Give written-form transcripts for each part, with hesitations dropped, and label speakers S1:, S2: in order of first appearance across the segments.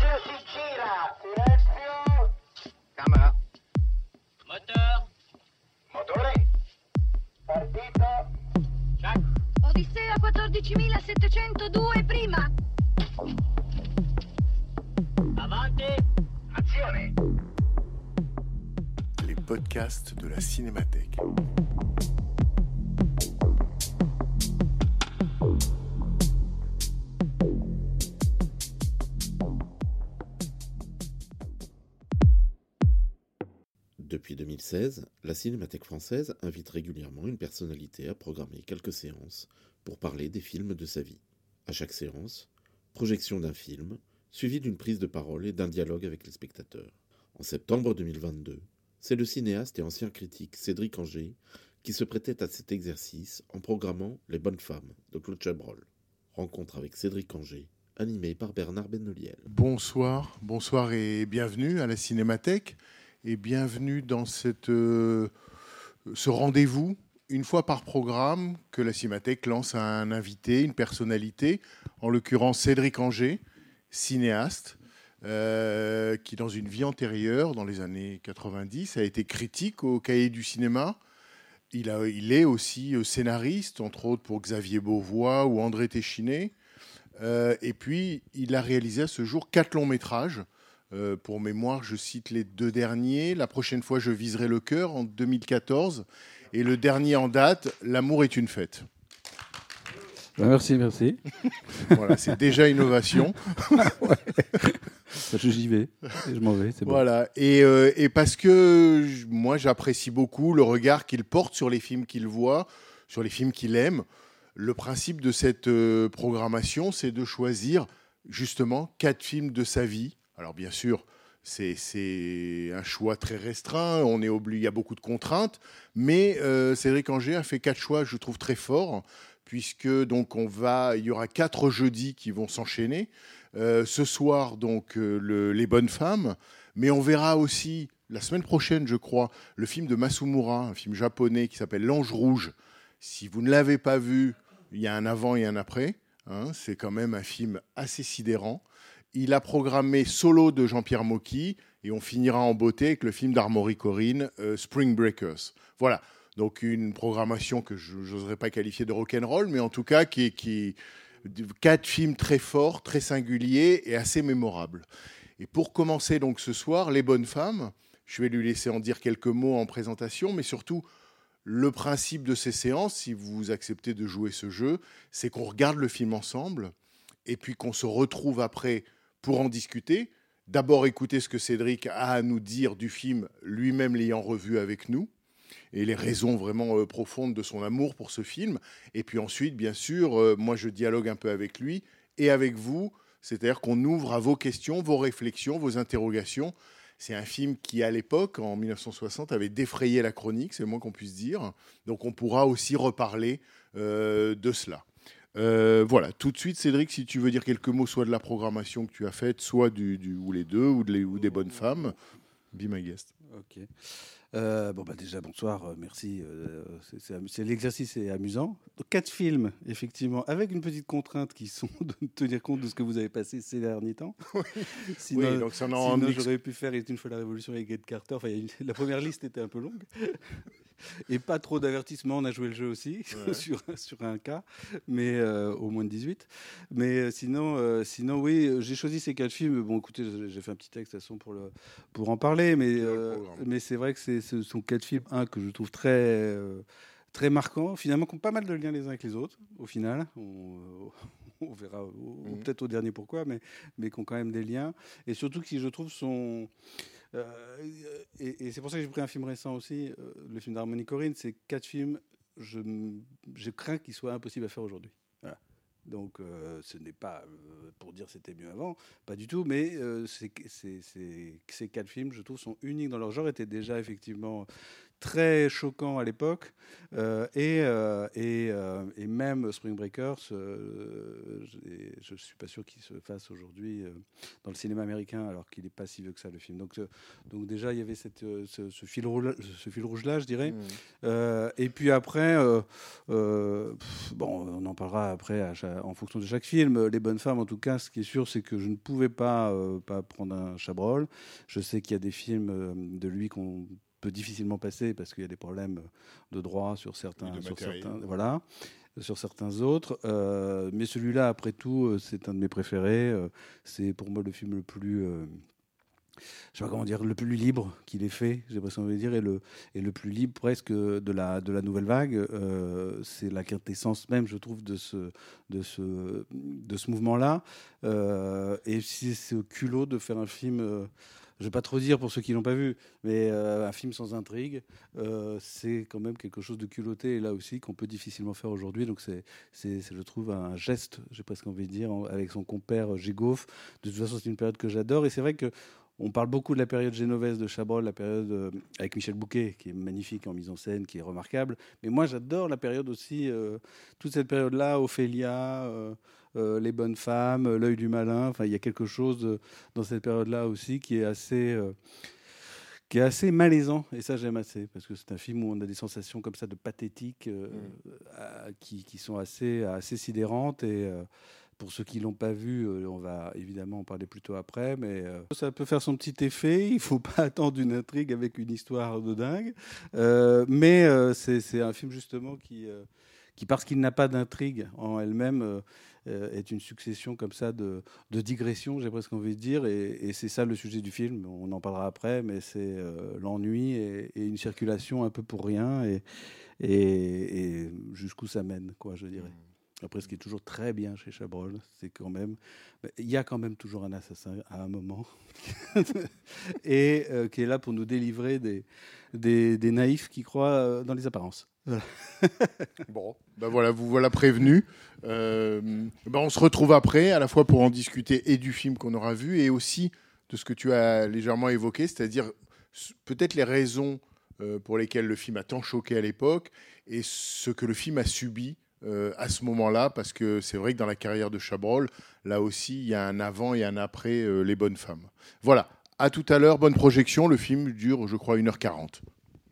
S1: si gira. Silenzio.
S2: Camera.
S1: Moteur. Motore. Partito.
S3: Check. Odissea 14702 prima.
S1: Avanti. Azione.
S4: Les podcasts de la Cinémathèque.
S5: Depuis 2016, la Cinémathèque française invite régulièrement une personnalité à programmer quelques séances pour parler des films de sa vie. À chaque séance, projection d'un film, suivie d'une prise de parole et d'un dialogue avec les spectateurs. En septembre 2022, c'est le cinéaste et ancien critique Cédric Angé qui se prêtait à cet exercice en programmant Les Bonnes Femmes de Claude Chabrol. Rencontre avec Cédric Angé, animé par Bernard Benoliel.
S4: Bonsoir et bienvenue à la Cinémathèque et bienvenue dans ce rendez-vous, une fois par programme, que la Cinémathèque lance à un invité, une personnalité, en l'occurrence Cédric Angé, cinéaste, qui dans une vie antérieure, dans les années 90, a été critique au Cahier du cinéma. Il est aussi scénariste, entre autres pour Xavier Beauvois ou André Téchiné. Et puis, il a réalisé à ce jour 4 longs métrages. Pour mémoire, je cite les 2 derniers. La prochaine fois, je viserai le cœur, en 2014. Et le dernier en date, L'amour est une fête.
S6: Merci.
S4: Voilà, c'est déjà une ovation.
S6: Ouais. J'y vais, et je m'en vais, c'est bon.
S4: Voilà, et parce que moi, j'apprécie beaucoup le regard qu'il porte sur les films qu'il voit, sur les films qu'il aime. Le principe de cette programmation, c'est de choisir justement 4 films de sa vie. Alors bien sûr, c'est un choix très restreint, il y a beaucoup de contraintes, mais Cédric Angé a fait 4 choix, je trouve, très forts, puisque donc il y aura 4 jeudis qui vont s'enchaîner. Ce soir, donc, Les Bonnes Femmes, mais on verra aussi, la semaine prochaine, je crois, le film de Masumura, un film japonais qui s'appelle L'Ange Rouge. Si vous ne l'avez pas vu, il y a un avant et un après. C'est quand même un film assez sidérant. Il a programmé Solo de Jean-Pierre Mocky et on finira en beauté avec le film d'Armory Corinne, Spring Breakers. Voilà, donc une programmation que je n'oserais pas qualifier de rock'n'roll, mais en tout cas qui 4 films très forts, très singuliers et assez mémorables. Et pour commencer donc ce soir, Les Bonnes Femmes, je vais lui laisser en dire quelques mots en présentation, mais surtout le principe de ces séances, si vous acceptez de jouer ce jeu, c'est qu'on regarde le film ensemble et puis qu'on se retrouve après pour en discuter. D'abord écouter ce que Cédric a à nous dire du film, lui-même l'ayant revu avec nous, et les raisons vraiment profondes de son amour pour ce film. Et puis ensuite, bien sûr, moi je dialogue un peu avec lui et avec vous, c'est-à-dire qu'on ouvre à vos questions, vos réflexions, vos interrogations. C'est un film qui, à l'époque, en 1960, avait défrayé la chronique, c'est le moins qu'on puisse dire. Donc on pourra aussi reparler de cela. Voilà, tout de suite, Cédric, si tu veux dire quelques mots, soit de la programmation que tu as faite, soit ou les deux, ou des Bonnes Femmes, be my guest.
S6: Ok. Déjà, bonsoir, merci. L'exercice est amusant. Donc, 4 films, effectivement, avec une petite contrainte qui sont de tenir compte de ce que vous avez passé ces derniers temps. Sinon,
S4: donc ça
S6: j'aurais pu faire Une fois la Révolution avec Ed Carter. Enfin, la première liste était un peu longue. Et pas trop d'avertissements, on a joué le jeu aussi, ouais. sur un cas, mais au moins de 18. Mais sinon, oui, j'ai choisi ces 4 films. Bon, écoutez, j'ai fait un petit texte de toute façon pour en parler, mais c'est vrai que ce sont 4 films, que je trouve très, très marquants, finalement, qui ont pas mal de liens les uns avec les autres, au final. On verra peut-être au dernier pourquoi, mais qui ont quand même des liens. Et surtout qui, je trouve, sont... et c'est pour ça que j'ai pris un film récent aussi, le film d'Harmony Corinne. C'est 4 films, je crains qu'ils soient impossibles à faire aujourd'hui. Voilà. Donc ce n'est pas pour dire c'était mieux avant, pas du tout, mais ces 4 films, je trouve, sont uniques dans leur genre, étaient déjà effectivement très choquant à l'époque. Et même Spring Breakers, je ne suis pas sûr qu'il se fasse aujourd'hui dans le cinéma américain, alors qu'il n'est pas si vieux que ça, le film. Donc déjà, il y avait ce fil rouge-là, je dirais. Et puis après, on en parlera après en fonction de chaque film. Les bonnes femmes, en tout cas, ce qui est sûr, c'est que je ne pouvais pas prendre un Chabrol. Je sais qu'il y a des films de lui qu'on peut difficilement passer parce qu'il y a des problèmes de droit sur certains autres. Mais celui-là, après tout, c'est un de mes préférés. C'est pour moi le film le plus, je sais pas comment dire, le plus libre qu'il ait fait, j'ai l'impression de dire, et le plus libre presque de la nouvelle vague. C'est la quintessence même, je trouve, de ce mouvement-là. Et c'est ce culot de faire un film. Je ne vais pas trop dire pour ceux qui ne l'ont pas vu, mais un film sans intrigue, c'est quand même quelque chose de culotté, et là aussi, qu'on peut difficilement faire aujourd'hui. Donc c'est, je trouve, un geste, j'ai presque envie de dire, avec son compère Gégoff. De toute façon, c'est une période que j'adore. Et c'est vrai qu'on parle beaucoup de la période génovaise de Chabrol, la période avec Michel Bouquet, qui est magnifique en mise en scène, qui est remarquable. Mais moi, j'adore la période aussi, toute cette période-là, Ophélia... Les bonnes femmes, l'œil du malin. Enfin, il y a quelque chose dans cette période-là aussi qui est assez malaisant. Et ça, j'aime assez, parce que c'est un film où on a des sensations comme ça de pathétique qui sont assez sidérantes. Et pour ceux qui ne l'ont pas vu, on va évidemment en parler plus tôt après, mais ça peut faire son petit effet. Il ne faut pas attendre une intrigue avec une histoire de dingue. Mais c'est un film justement qui, parce qu'il n'a pas d'intrigue en elle-même, est une succession comme ça de digressions, j'ai presque envie de dire, et c'est ça le sujet du film. On en parlera après, mais c'est l'ennui et une circulation un peu pour rien, et jusqu'où ça mène, quoi, je dirais. Après, ce qui est toujours très bien chez Chabrol, c'est quand même, il y a quand même toujours un assassin à un moment, et qui est là pour nous délivrer des naïfs qui croient dans les apparences.
S4: Bon, ben voilà, vous voilà prévenus. On se retrouve après, à la fois pour en discuter et du film qu'on aura vu, et aussi de ce que tu as légèrement évoqué, c'est-à-dire peut-être les raisons pour lesquelles le film a tant choqué à l'époque, et ce que le film a subi à ce moment-là, parce que c'est vrai que dans la carrière de Chabrol, là aussi, il y a un avant et un après Les Bonnes Femmes. Voilà, à tout à l'heure, bonne projection. Le film dure, je crois, 1h40.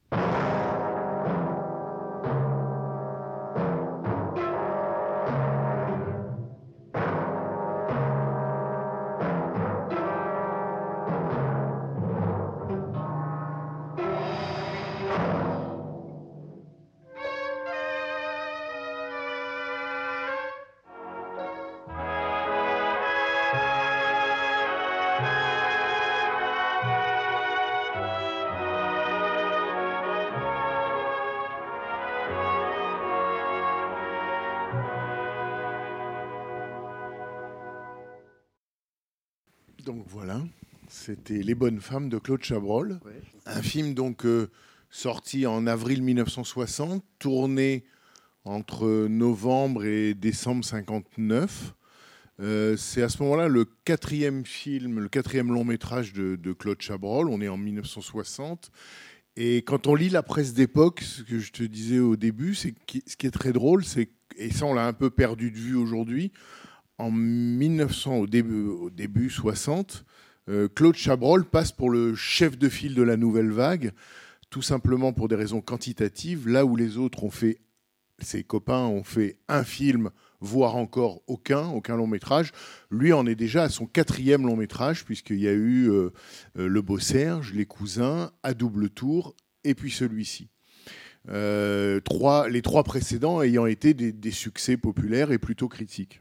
S4: Donc voilà, c'était Les Bonnes Femmes de Claude Chabrol. Ouais. Un film donc sorti en avril 1960, tourné entre novembre et décembre 59. C'est à ce moment-là le quatrième long métrage de Claude Chabrol. On est en 1960. Et quand on lit la presse d'époque, ce que je te disais au début, ce qui est très drôle, et ça on l'a un peu perdu de vue aujourd'hui, en 1900, au début 60, Claude Chabrol passe pour le chef de file de la nouvelle vague, tout simplement pour des raisons quantitatives. Là où les autres ses copains ont fait un film, voire encore aucun long métrage, lui en est déjà à son 4e long métrage, puisqu'il y a eu Le Beau Serge, Les Cousins, À double tour, et puis celui-ci. Les 3 précédents ayant été des succès populaires et plutôt critiques.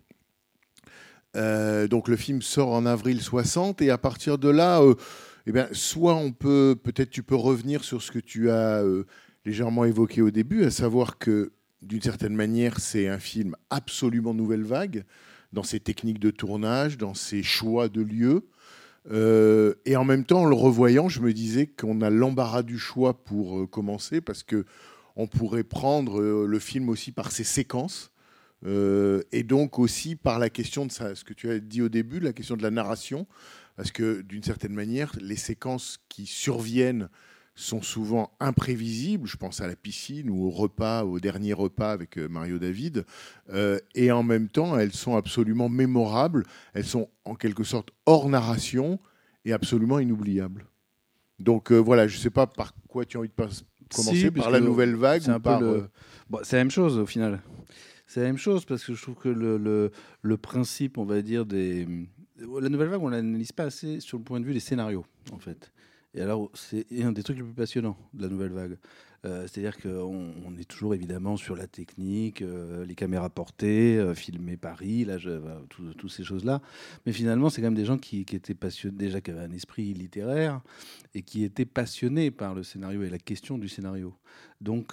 S4: Donc le film sort en avril 60, et à partir de là, soit peut-être tu peux revenir sur ce que tu as légèrement évoqué au début, à savoir que d'une certaine manière c'est un film absolument nouvelle vague dans ses techniques de tournage, dans ses choix de lieux, et en même temps en le revoyant, je me disais qu'on a l'embarras du choix pour commencer, parce que on pourrait prendre le film aussi par ses séquences. Et donc aussi par la question de ça, ce que tu as dit au début, la question de la narration, parce que d'une certaine manière, les séquences qui surviennent sont souvent imprévisibles. Je pense à la piscine ou au repas, au dernier repas avec Mario David. Et en même temps, elles sont absolument mémorables. Elles sont en quelque sorte hors narration et absolument inoubliables. Donc voilà, je ne sais pas par quoi tu as envie de commencer, par la nouvelle vague
S6: c'est
S4: ou par...
S6: Bon, c'est la même chose au final. C'est la même chose parce que je trouve que le principe, on va dire, la nouvelle vague, on l'analyse pas assez sur le point de vue des scénarios, en fait. Et alors, c'est un des trucs les plus passionnants de la nouvelle vague. C'est-à-dire qu'on est toujours évidemment sur la technique, les caméras portées, filmer Paris, toutes ces choses-là. Mais finalement, c'est quand même des gens qui étaient passionnés, déjà qui avaient un esprit littéraire et qui étaient passionnés par le scénario et la question du scénario. Donc,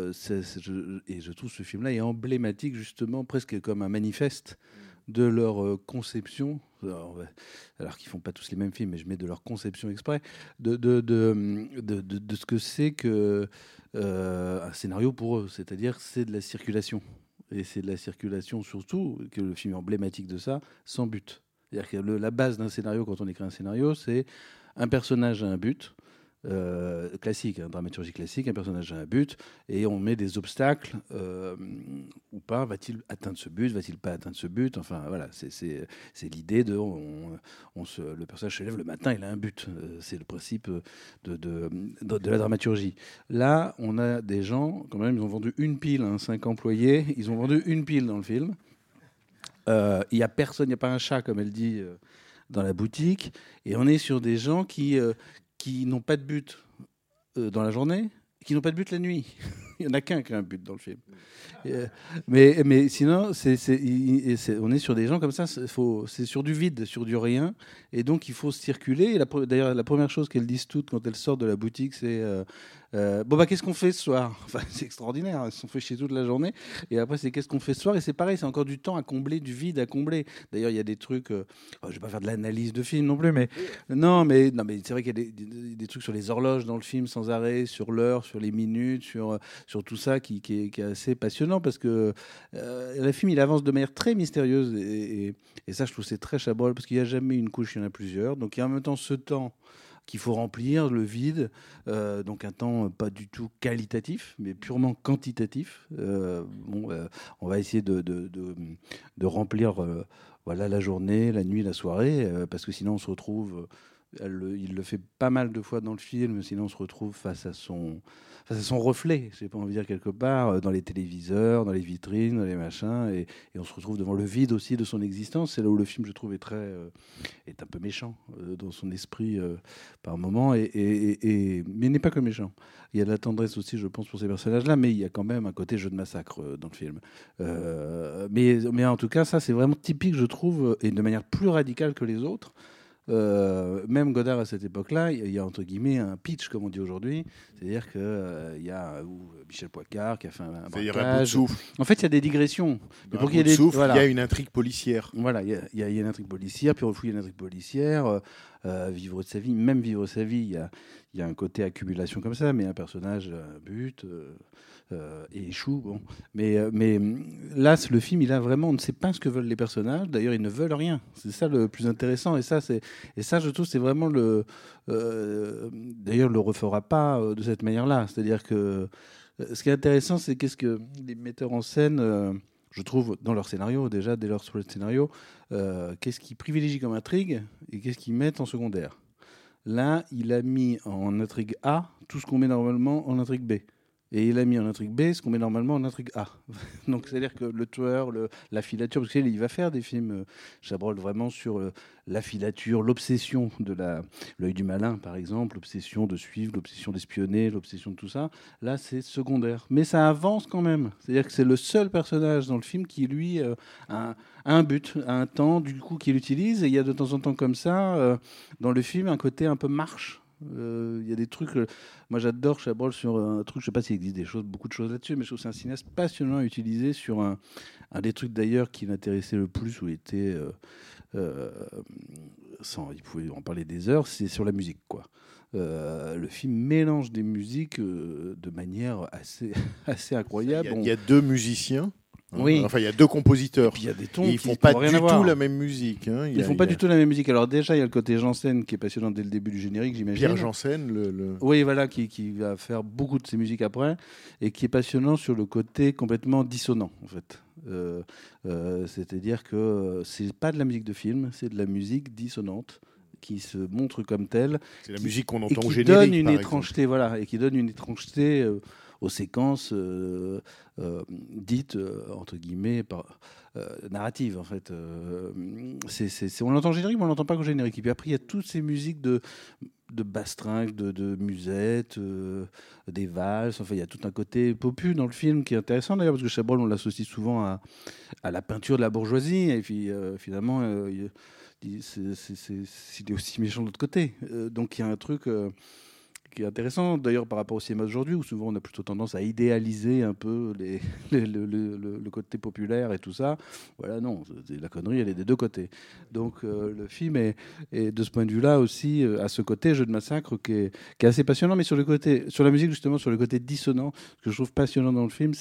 S6: je trouve ce film-là est emblématique, justement, presque comme un manifeste de leur conception, alors qu'ils font pas tous les mêmes films, mais je mets de leur conception exprès, de ce que c'est que un scénario pour eux, c'est-à-dire c'est de la circulation. Et c'est de la circulation surtout, que le film est emblématique de ça, sans but. C'est-à-dire que la base d'un scénario, quand on écrit un scénario, c'est un personnage a un but, classique, dramaturgie classique, un personnage a un but et on met des obstacles ou pas. Va-t-il atteindre ce but? Va-t-il pas atteindre ce but? Enfin voilà, c'est l'idée de le personnage se lève le matin, il a un but. C'est le principe de la dramaturgie. Là, on a des gens, quand même, ils ont vendu une pile, 5 employés, ils ont vendu une pile dans le film. Il n'y a personne, il n'y a pas un chat, comme elle dit, dans la boutique. Et on est sur des gens qui n'ont pas de but dans la journée, qui n'ont pas de but la nuit. Il n'y en a qu'un qui a un but dans le film. Mais sinon, on est sur des gens comme ça, c'est sur du vide, sur du rien. Et donc, il faut circuler. D'ailleurs, la première chose qu'elles disent toutes quand elles sortent de la boutique, c'est qu'est-ce qu'on fait ce soir? Enfin, c'est extraordinaire. Elles se sont fait chier toute la journée. Et après, c'est qu'est-ce qu'on fait ce soir? Et c'est pareil, c'est encore du temps à combler, du vide à combler. D'ailleurs, il y a des trucs. Je ne vais pas faire de l'analyse de film non plus, mais non, mais c'est vrai qu'il y a des trucs sur les horloges dans le film sans arrêt, sur l'heure, sur les minutes, sur tout ça qui est assez passionnant parce que le film il avance de manière très mystérieuse et ça je trouve c'est très Chabrol parce qu'il n'y a jamais une couche, il y en a plusieurs, donc il y a en même temps ce temps qu'il faut remplir, le vide, donc un temps pas du tout qualitatif mais purement quantitatif. On va essayer de remplir la journée, la nuit, la soirée, parce que sinon on se retrouve il le fait pas mal de fois dans le film, sinon on se retrouve face à son reflet, j'ai pas envie de dire quelque part, dans les téléviseurs, dans les vitrines, dans les machins, et on se retrouve devant le vide aussi de son existence. C'est là où le film, je trouve, est un peu méchant dans son esprit par moment, mais il n'est pas que méchant. Il y a de la tendresse aussi, je pense, pour ces personnages-là, mais il y a quand même un côté jeu de massacre dans le film. Mais en tout cas, ça, c'est vraiment typique, je trouve, et de manière plus radicale que les autres. Même Godard à cette époque-là, il y a entre guillemets un pitch, comme on dit aujourd'hui, c'est-à-dire que il y a Michel Poicart qui a fait un braquage. En fait, il y a des digressions.
S4: Il y a une intrigue policière.
S6: Voilà, il y a une intrigue policière, puis il y a une intrigue policière. Vivre sa vie, il y a un côté accumulation comme ça, mais un personnage, un but. Et échoue. Bon. Mais là, le film, on ne sait pas ce que veulent les personnages. D'ailleurs, ils ne veulent rien. C'est ça le plus intéressant. Et ça, je trouve, c'est vraiment d'ailleurs, le refera pas de cette manière-là. C'est-à-dire que ce qui est intéressant, c'est qu'est-ce que les metteurs en scène, je trouve, dans leur scénario, déjà, dès leur scénario, qu'est-ce qu'ils privilégient comme intrigue et qu'est-ce qu'ils mettent en secondaire. Là, il a mis en intrigue A tout ce qu'on met normalement en intrigue B. Et il a mis en intrigue B ce qu'on met normalement en intrigue A. Donc, c'est-à-dire que le tueur, la filature, parce qu'il va faire des films, Chabrol, vraiment sur la filature, l'obsession de l'œil du malin, par exemple, l'obsession de suivre, l'obsession d'espionner, l'obsession de tout ça. Là, c'est secondaire. Mais ça avance quand même. C'est-à-dire que c'est le seul personnage dans le film qui, lui, a un but, a un temps, du coup, qu'il utilise. Et il y a de temps en temps comme ça, dans le film, un côté un peu marche. Il y a des trucs. Moi, j'adore Chabrol sur un truc. Je sais pas s'il existe beaucoup de choses là-dessus, mais je trouve que c'est un cinéaste passionnant à utiliser sur un des trucs d'ailleurs qui l'intéressait le plus, où il était il pouvait en parler des heures. C'est sur la musique, quoi. Le film mélange des musiques de manière assez incroyable.
S4: Il y a deux musiciens.
S6: Oui.
S4: Enfin, il y a deux compositeurs.
S6: Puis il y a des tons
S4: Et ils
S6: qui
S4: font
S6: n'ont
S4: pas
S6: rien
S4: du
S6: à voir.
S4: tout la même musique. Hein.
S6: Ils font pas du tout la même musique. Alors déjà, il y a le côté Janssen qui est passionnant dès le début du générique, j'imagine.
S4: Pierre Janssen, le...
S6: Oui, voilà, qui va faire beaucoup de ses musiques après, et qui est passionnant sur le côté complètement dissonant, en fait. C'est-à-dire que c'est pas de la musique de film, c'est de la musique dissonante qui se montre comme telle.
S4: c'est la musique qu'on
S6: Et
S4: entend au
S6: qui
S4: générique,
S6: donne une
S4: par
S6: étrangeté, voilà, et qui donne une étrangeté aux séquences dites entre guillemets narratives en fait. On l'entend au générique, mais on l'entend pas au générique. Et puis après, il y a toutes ces musiques de bastringue, de musette, des valses. Enfin, il y a tout un côté popu dans le film qui est intéressant d'ailleurs, parce que Chabrol, on l'associe souvent à la peinture de la bourgeoisie, et puis finalement, il est aussi méchant de l'autre côté. Donc il y a un truc qui est intéressant d'ailleurs par rapport au cinéma d'aujourd'hui, où souvent on a plutôt tendance à idéaliser un peu le côté populaire et tout ça. Voilà, non, la connerie, elle est des deux côtés. Donc le film est de ce point de vue-là aussi à ce côté Jeu de massacre qui est assez passionnant, mais sur la musique justement, sur le côté dissonant, ce que je trouve passionnant dans le film,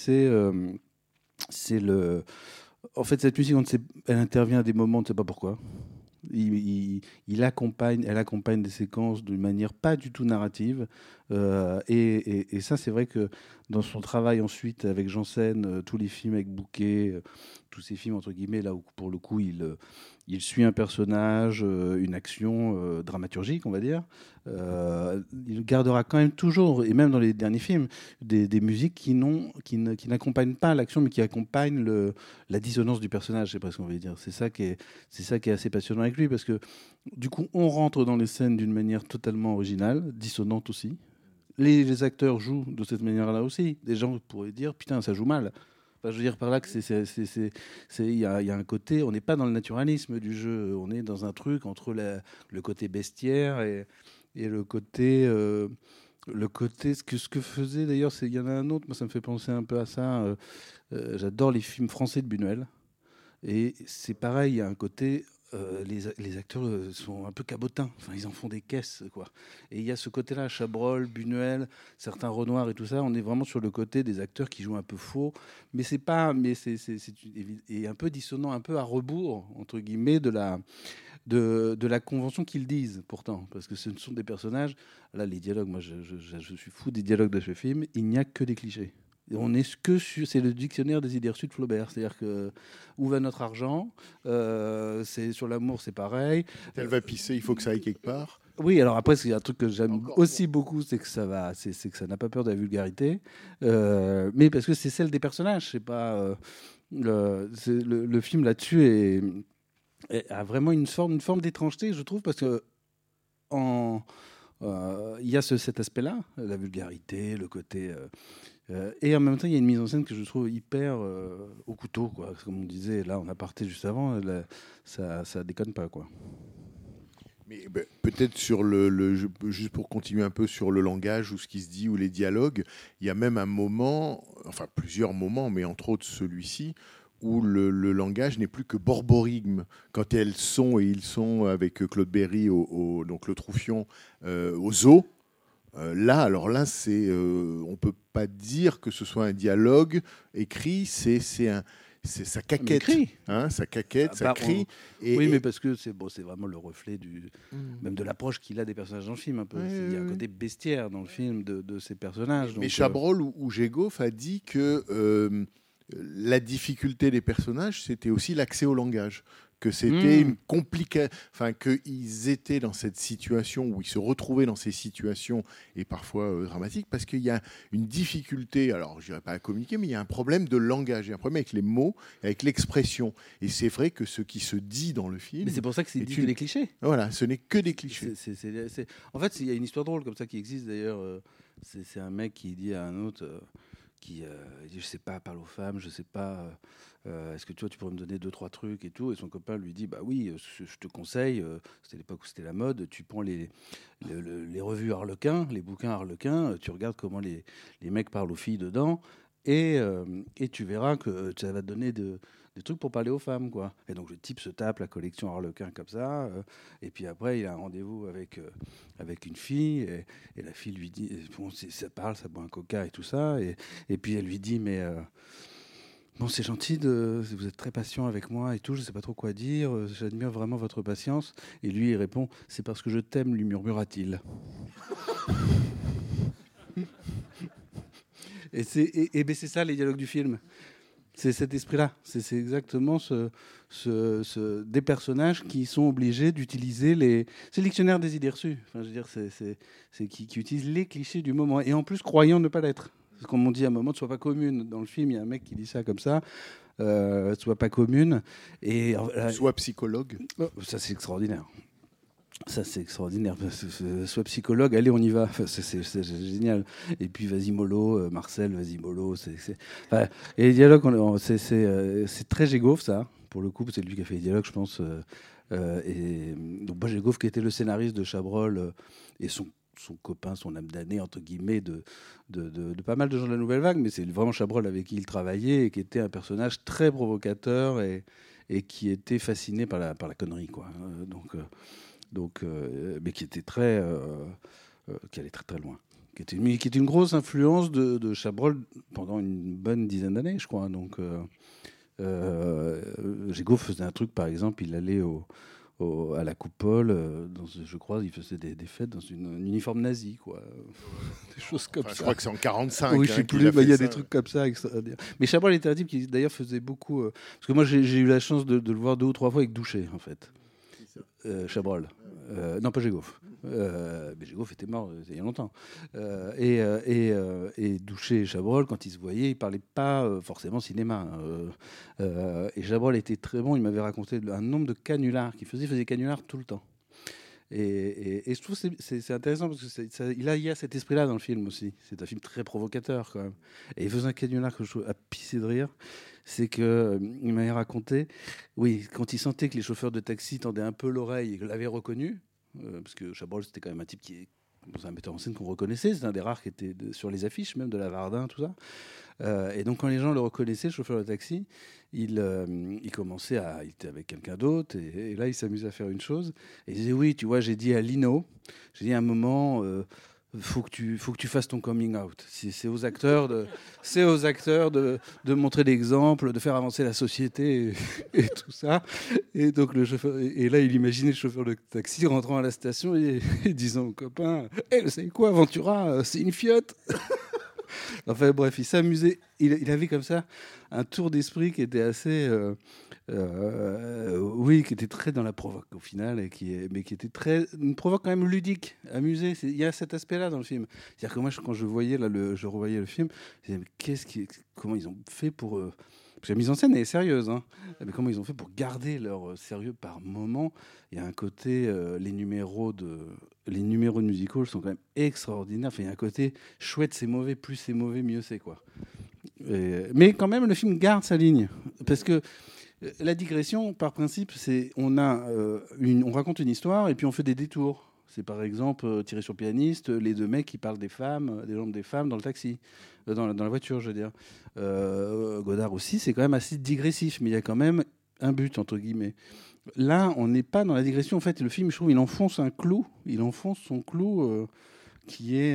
S6: en fait, cette musique, elle intervient à des moments, on ne sait pas pourquoi. Elle accompagne des séquences d'une manière pas du tout narrative. Et ça, c'est vrai que dans son travail ensuite avec Janssen, tous les films avec Bouquet, tous ces films entre guillemets, là où pour le coup il suit un personnage, une action dramaturgique, on va dire, il gardera quand même toujours, et même dans les derniers films, des musiques qui n'accompagnent pas l'action, mais qui accompagnent la dissonance du personnage, c'est presque on va dire. C'est ça qui est assez passionnant avec lui, parce que du coup, on rentre dans les scènes d'une manière totalement originale, dissonante aussi. Les acteurs jouent de cette manière-là aussi. Des gens pourraient dire, putain, ça joue mal. Enfin, je veux dire par là que il y a un côté, on n'est pas dans le naturalisme du jeu, on est dans un truc entre le côté bestiaire et le côté, ce que faisait d'ailleurs, il y en a un autre, moi ça me fait penser un peu à ça. J'adore les films français de Buñuel, et c'est pareil, il y a un côté. Les acteurs sont un peu cabotins, enfin, ils en font des caisses, quoi. Et il y a ce côté-là, Chabrol, Buñuel, certains Renoir et tout ça, on est vraiment sur le côté des acteurs qui jouent un peu faux, mais c'est et un peu dissonant, un peu à rebours, entre guillemets, de la convention qu'ils disent, pourtant, parce que ce sont des personnages, là, les dialogues, moi je suis fou des dialogues de ce film, il n'y a que des clichés. On est que c'est le dictionnaire des idées reçues de Flaubert, c'est-à-dire que où va notre argent, c'est sur l'amour, c'est pareil.
S4: Elle va pisser, il faut que ça aille quelque part.
S6: Oui, alors après, il y a un truc que j'aime aussi beaucoup, c'est que c'est que ça n'a pas peur de la vulgarité, mais parce que c'est celle des personnages, c'est pas le film là-dessus a vraiment une forme d'étrangeté, je trouve, parce que il y a cet aspect-là, la vulgarité, le côté. Et en même temps, il y a une mise en scène que je trouve hyper au couteau, quoi. Comme on disait là, on a parté juste avant, ça déconne pas, quoi.
S4: Mais peut-être juste pour continuer un peu sur le langage ou ce qui se dit ou les dialogues, il y a même un moment, enfin plusieurs moments, mais entre autres celui-ci, où le langage n'est plus que borborigme. Quand ils sont avec Claude Berry, donc le Troufion, au zoo. Là, on peut pas dire que ce soit un dialogue écrit, c'est sa caquette, sa caquette, ça crie.
S6: Oui, mais parce que c'est vraiment le reflet même de l'approche qu'il a des personnages dans le film. Un peu, il y a un côté bestiaire dans le film de ces personnages.
S4: Mais Chabrol ou Gégoff a dit que la difficulté des personnages, c'était aussi l'accès au langage. Que c'était une complication, enfin qu'ils étaient dans cette situation où ils se retrouvaient dans ces situations et parfois dramatiques parce qu'il y a une difficulté, alors je dirais pas à communiquer, mais il y a un problème de langage, il y a un problème avec les mots, avec l'expression. Et c'est vrai que ce qui se dit dans le film.
S6: Mais c'est pour ça que c'est dit que des clichés.
S4: Voilà, ce n'est que des clichés.
S6: En fait, il y a une histoire drôle comme ça qui existe d'ailleurs. C'est un mec qui dit à un autre. Qui dit je sais pas, parle aux femmes, je sais pas, est-ce que tu pourrais me donner 2-3 trucs et tout, et son copain lui dit bah oui, je te conseille, c'était l'époque où c'était la mode, tu prends les revues Harlequin, les bouquins Harlequin, tu regardes comment les mecs parlent aux filles dedans, et tu verras que ça va te donner des trucs pour parler aux femmes, quoi. Et donc le type se tape la collection Harlequin comme ça, et puis après il a un rendez-vous avec une fille, et la fille lui dit, bon, ça parle, ça boit un coca et tout ça, et puis elle lui dit mais Bon, c'est gentil, vous êtes très patient avec moi et tout, je ne sais pas trop quoi dire, j'admire vraiment votre patience. Et lui, il répond, c'est parce que je t'aime, lui murmura-t-il. Ben, c'est ça les dialogues du film. C'est cet esprit-là. C'est exactement des personnages qui sont obligés d'utiliser c'est le dictionnaire des idées reçues. Enfin, je veux dire, qui utilisent les clichés du moment. Et en plus, croyant ne pas l'être. Comme on dit à un moment, ne sois pas commune. Dans le film, il y a un mec qui dit ça comme ça. Sois pas commune.
S4: Sois psychologue.
S6: Ça, c'est extraordinaire. Ça, c'est extraordinaire. Sois psychologue, allez, on y va. Enfin, c'est génial. Et puis, vas-y, mollo, Marcel, vas-y, mollo. Enfin, et les dialogues, c'est très Gégoff, ça, pour le coup. C'est lui qui a fait les dialogues, je pense. Et donc, moi, Gégoff, qui était le scénariste de Chabrol et son copain, son âme damnée, entre guillemets, de pas mal de gens de la Nouvelle Vague, mais c'est vraiment Chabrol avec qui il travaillait et qui était un personnage très provocateur et qui était fasciné par la connerie, quoi. Mais qui était qui allait très très loin, qui était une grosse influence de Chabrol pendant une bonne dizaine d'années, je crois. Donc, Gégaud faisait un truc, par exemple, il allait à la coupole, je crois, il faisait des fêtes dans un uniforme nazi, quoi. Des choses comme ça.
S4: Je crois que c'est en 45.
S6: Oui, je sais plus, il y a des trucs comme ça. Mais Chabrol était un type qui, d'ailleurs, faisait beaucoup. Parce que moi, j'ai eu la chance de le voir 2 ou 3 fois avec Douchet, en fait. Chabrol. Non, pas Gégoff. Mais Gégoff était mort il y a longtemps. Et Douchet et Chabrol, quand ils se voyaient, ils ne parlaient pas forcément cinéma. Et Chabrol était très bon. Il m'avait raconté un nombre de canulars qu'il faisait. Il faisait canulars tout le temps. Et je trouve que c'est intéressant parce qu'il y a cet esprit-là dans le film aussi. C'est un film très provocateur quand même. Et il faisait un canular que je trouve à pisser de rire. C'est qu'il m'avait raconté, oui, quand il sentait que les chauffeurs de taxi tendaient un peu l'oreille et que l'avaient reconnu, parce que Chabrol, c'était quand même un type qui est un metteur en scène qu'on reconnaissait, c'est un des rares qui était sur les affiches, même de la Lavardin, tout ça. Et donc, quand les gens le reconnaissaient, le chauffeur de taxi, il commençait il était avec quelqu'un d'autre, et là, il s'amusait à faire une chose. Et il disait, oui, tu vois, j'ai dit à Lino, à un moment... faut que tu fasses ton coming out. C'est aux acteurs de montrer l'exemple, de faire avancer la société et tout ça. Et donc le chauffeur, et là il imaginait le chauffeur de taxi rentrant à la station et disant au copain, vous savez quoi, Ventura, c'est une fiotte. Enfin bref, il s'amusait. Il avait comme ça un tour d'esprit qui était assez, qui était très dans la provoque au final, mais qui était une provoque quand même ludique, amusée. Il y a cet aspect-là dans le film. C'est-à-dire que moi, quand je revoyais le film, je me disais, comment ils ont fait pour... Parce que la mise en scène est sérieuse, hein. Mais comment ils ont fait pour garder leur sérieux par moment? Il y a un côté, les numéros de musical sont quand même extraordinaires. Enfin, il y a un côté chouette, c'est mauvais, plus c'est mauvais, mieux c'est, quoi. Mais quand même, le film garde sa ligne. Parce que la digression, par principe, c'est on raconte une histoire et puis on fait des détours. C'est par exemple, tiré sur pianiste, les 2 mecs qui parlent des femmes, des jambes des femmes dans le taxi, dans la voiture, je veux dire. Godard aussi, c'est quand même assez digressif, mais il y a quand même un but, entre guillemets. Là, on n'est pas dans la digression. En fait, le film, je trouve, il enfonce son clou qui est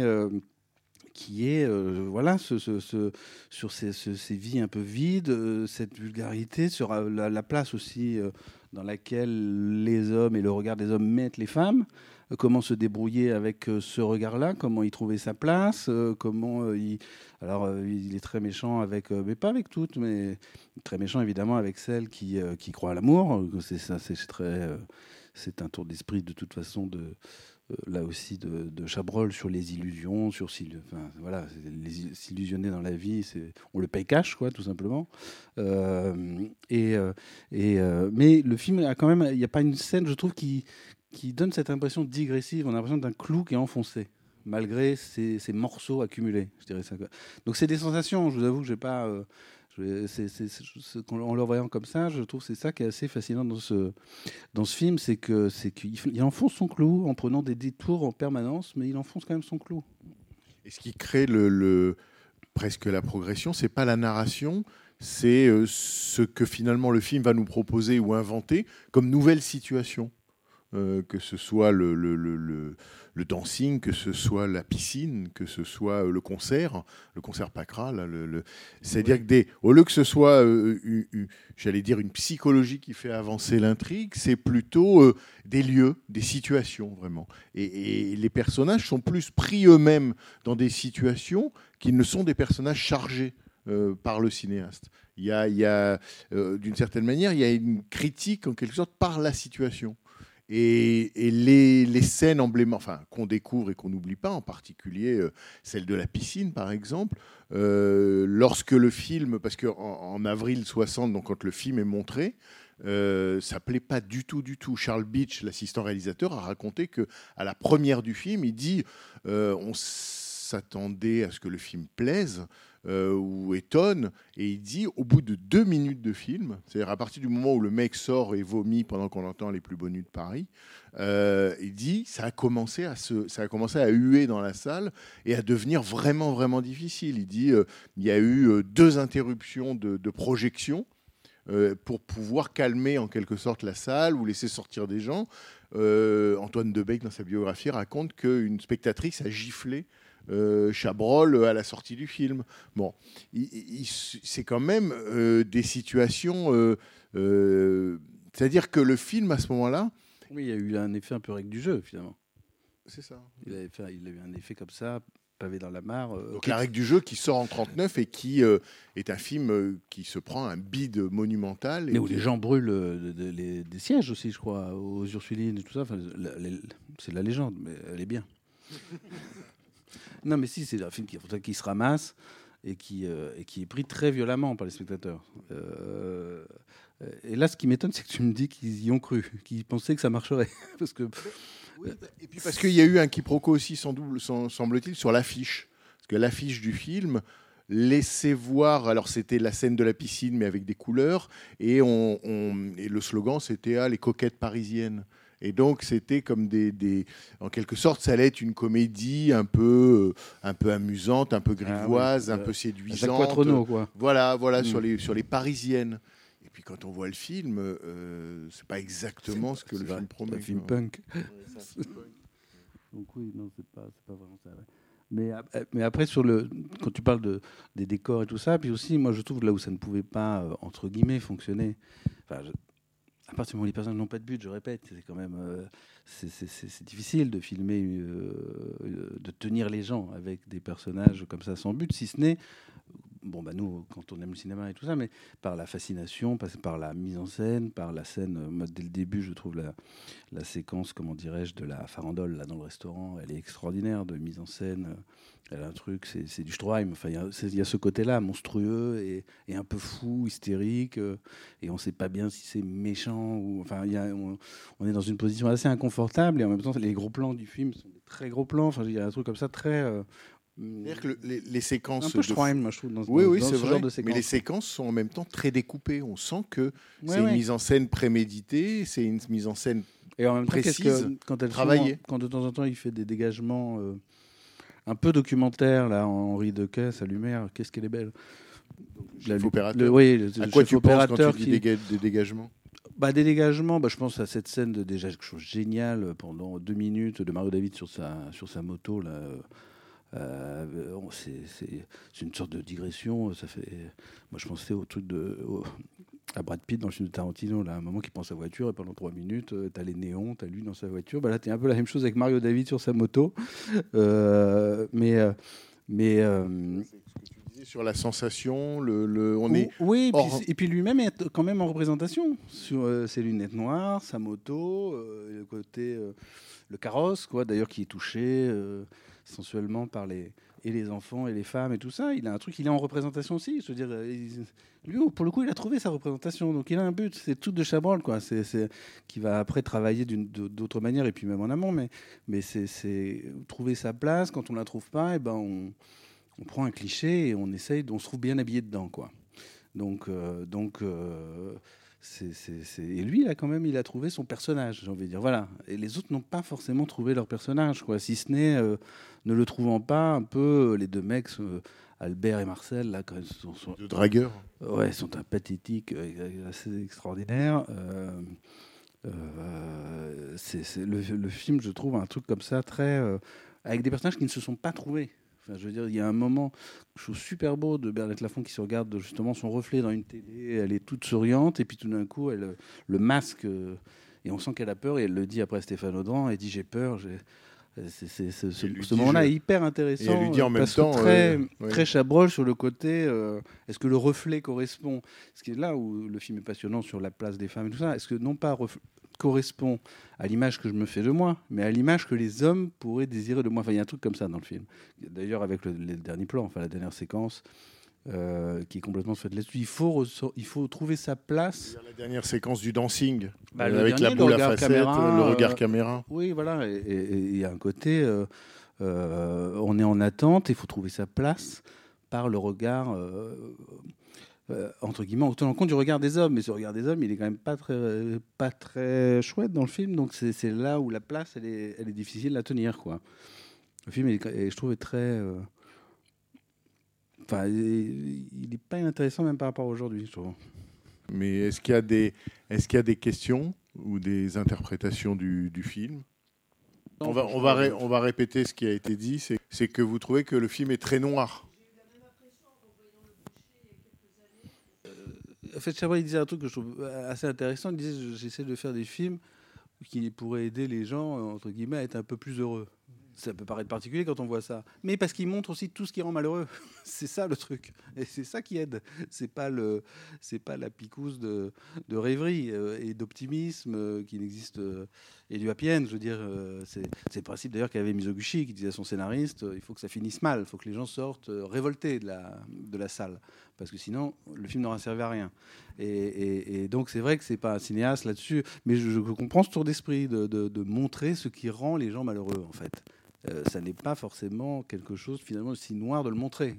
S6: voilà, sur ces vies un peu vides, cette vulgarité, sur la place aussi dans laquelle les hommes et le regard des hommes mettent les femmes, comment se débrouiller avec ce regard-là, comment y trouver sa place, il est très méchant mais pas avec toutes, mais très méchant évidemment avec celles qui croient à l'amour. C'est un tour d'esprit de toute façon là aussi de Chabrol sur les illusions, s'illusionner dans la vie, on le paye cash, quoi, tout simplement. Mais le film a quand même, il n'y a pas une scène, je trouve, qui donne cette impression digressive. On a l'impression d'un clou qui est enfoncé, malgré ces morceaux accumulés, je dirais ça. Donc c'est des sensations. Je vous avoue que j'ai pas. En le voyant comme ça, je trouve que c'est ça qui est assez fascinant dans ce film, c'est qu'il enfonce son clou en prenant des détours en permanence, mais il enfonce quand même son clou.
S4: Et ce qui crée presque la progression, c'est pas la narration, c'est ce que finalement le film va nous proposer ou inventer comme nouvelle situation. que ce soit le dancing, que ce soit la piscine, que ce soit le concert Pacra. Là, c'est-à-dire que au lieu que ce soit, j'allais dire, une psychologie qui fait avancer l'intrigue, c'est plutôt des lieux, des situations, vraiment. Et les personnages sont plus pris eux-mêmes dans des situations qu'ils ne sont des personnages chargés par le cinéaste. Il y a d'une certaine manière, il y a une critique en quelque sorte par la situation. Et les scènes emblématiques, qu'on découvre et qu'on n'oublie pas, en particulier celle de la piscine, par exemple, lorsque le film, parce qu'en avril 60, donc quand le film est montré, ça plaît pas du tout. Charles Beach, l'assistant réalisateur, a raconté qu'à la première du film, il dit on s'attendait à ce que le film plaise ou étonne, et il dit au bout de 2 minutes de film, c'est-à-dire à partir du moment où le mec sort et vomit pendant qu'on entend Les plus beaux nues de Paris, il dit ça a commencé à huer dans la salle et à devenir vraiment vraiment difficile. Il dit il y a eu 2 interruptions de projection pour pouvoir calmer en quelque sorte la salle ou laisser sortir des gens. Antoine Debeck, dans sa biographie, raconte qu'une spectatrice a giflé Chabrol à la sortie du film. Bon, c'est quand même des situations. C'est-à-dire que le film, à ce moment-là.
S6: Oui, il y a eu un effet un peu règle du jeu, finalement.
S4: C'est ça.
S6: Il a eu un effet comme ça, pavé dans la mare.
S4: Donc la règle du jeu qui sort en 1939 et qui est un film qui se prend un bide monumental.
S6: Mais où les gens brûlent des sièges aussi, je crois, aux Ursulines et tout ça. Enfin, c'est la légende, mais elle est bien. Non, mais si, c'est un film qui se ramasse et qui est pris très violemment par les spectateurs. Et là, ce qui m'étonne, c'est que tu me dis qu'ils y ont cru, qu'ils pensaient que ça marcherait. Parce que...
S4: Oui, et puis parce qu'il y a eu un quiproquo aussi, semble-t-il, sur l'affiche. Parce que l'affiche du film laissait voir, alors c'était la scène de la piscine, mais avec des couleurs, et le slogan, c'était les coquettes parisiennes. Et donc, c'était comme en quelque sorte, ça allait être une comédie un peu amusante, un peu grivoise, un peu séduisante.
S6: Jacques Quatrenaud, quoi.
S4: Voilà, sur les Parisiennes. Et puis, quand on voit le film, c'est pas exactement ce que le film promet.
S6: C'est un film punk. Donc oui, non, c'est pas vraiment ça. Ouais. Mais après, quand tu parles des décors et tout ça, puis aussi, moi, je trouve là où ça ne pouvait pas, entre guillemets, fonctionner. Enfin, à partir du moment où les personnages n'ont pas de but, je répète, c'est quand même c'est difficile de filmer, de tenir les gens avec des personnages comme ça sans but, si ce n'est, nous, quand on aime le cinéma et tout ça, mais par la fascination, par la mise en scène, par la scène. Moi, dès le début, je trouve la séquence, comment dirais-je, de la farandole là dans le restaurant, elle est extraordinaire de mise en scène. Elle a un truc, c'est du Stroheim. Enfin, il y a ce côté-là monstrueux et un peu fou, hystérique, et on ne sait pas bien si c'est méchant ou. Enfin, on est dans une position assez inconfortable, et en même temps, les gros plans du film sont des très gros plans. Enfin, il y a un truc comme ça très.
S4: C'est-à-dire que les séquences.
S6: Un peu Stroheim, moi, je trouve, dans
S4: c'est
S6: ce
S4: vrai,
S6: genre de séquences.
S4: Mais les séquences sont en même temps très découpées. On sent que c'est une mise en scène préméditée, c'est une mise en scène
S6: et en même temps,
S4: précise,
S6: quand
S4: travaillée.
S6: Quand de temps en temps, il fait des dégagements un peu documentaires, là, Henri Dequet, sa lumière, qu'est-ce qu'elle est belle.
S4: Chef opérateur.
S6: À
S4: quoi tu penses quand tu dis des dégagements?
S6: Des dégagements, je pense à cette scène déjà quelque chose de génial pendant 2 minutes de Mario David sur sa moto là. C'est une sorte de digression. Moi, je pensais au truc à Brad Pitt dans le film de Tarantino, là, à un moment qui prend sa voiture et pendant 3 minutes, t'as les néons, t'as lui dans sa voiture. Là, t'es un peu la même chose avec Mario David sur sa moto. Mais
S4: sur la sensation,
S6: oui, et puis lui-même est quand même en représentation sur ses lunettes noires, sa moto, le côté, le carrosse, quoi, d'ailleurs, qui est touché sensuellement par les enfants et les femmes et tout ça. Il a un truc, il est en représentation aussi. Je veux dire, lui, pour le coup, il a trouvé sa représentation. Donc, il a un but. C'est tout de Chabrol, quoi. C'est qui va après travailler d'autres manières et puis même en amont. Mais c'est trouver sa place. Quand on la trouve pas, on prend un cliché et on se trouve bien habillé dedans, quoi. Donc et lui, là, quand même, il a trouvé son personnage, j'ai envie de dire. Voilà. Et les autres n'ont pas forcément trouvé leur personnage, quoi. Si ce n'est, ne le trouvant pas, un peu, les 2 mecs, Albert et Marcel, là, quand même, sont
S4: de dragueurs.
S6: Ouais, sont un pathétique assez extraordinaire. Le film, je trouve, un truc comme ça, très avec des personnages qui ne se sont pas trouvés. Enfin, je veux dire, il y a un moment, je trouve super beau de Bernadette Lafont qui se regarde justement son reflet dans une télé. Elle est toute souriante et puis tout d'un coup, elle le masque et on sent qu'elle a peur et elle le dit après à Stéphane Audran. Elle dit j'ai peur. Ce moment-là est hyper intéressant.
S4: Et elle lui dit en même temps
S6: très Chabrol sur le côté. Est-ce que le reflet correspond? Ce qui est là où le film est passionnant sur la place des femmes et tout ça. Est-ce que non pas correspond à l'image que je me fais de moi, mais à l'image que les hommes pourraient désirer de moi. Enfin, il y a un truc comme ça dans le film. D'ailleurs, avec le dernier plan, enfin la dernière séquence, qui est complètement faite là-dessus. Il faut trouver sa place.
S4: La dernière séquence du dancing,
S6: avec
S4: la boule à facettes, le regard caméra.
S6: Oui, voilà. Et il y a un côté, on est en attente, il faut trouver sa place par le regard. Entre guillemets, en tenant compte du regard des hommes, mais ce regard des hommes, il est quand même pas très chouette dans le film, donc c'est là où la place, elle est difficile à tenir, quoi. Le film, je trouve, est très, enfin, il n'est pas intéressant même par rapport à aujourd'hui, je trouve.
S4: Mais est-ce qu'il y a des questions ou des interprétations du film? On va répéter ce qui a été dit, c'est que vous trouvez que le film est très noir.
S6: En fait, Chabrol, il disait un truc que je trouve assez intéressant. Il disait, j'essaie de faire des films qui pourraient aider les gens, entre guillemets, à être un peu plus heureux. Ça peut paraître particulier quand on voit ça, mais parce qu'il montre aussi tout ce qui rend malheureux. C'est ça le truc, et c'est ça qui aide. C'est pas la picouse de rêverie et d'optimisme qui n'existe, et du happy end. Je veux dire, c'est le principe d'ailleurs qu'avait Mizoguchi, qui disait à son scénariste, il faut que ça finisse mal, il faut que les gens sortent révoltés de la salle, parce que sinon le film n'aura servi à rien. Et donc c'est vrai que c'est pas un cinéaste là-dessus, mais je comprends ce tour d'esprit de montrer ce qui rend les gens malheureux en fait. Ça n'est pas forcément quelque chose finalement aussi noir de le montrer.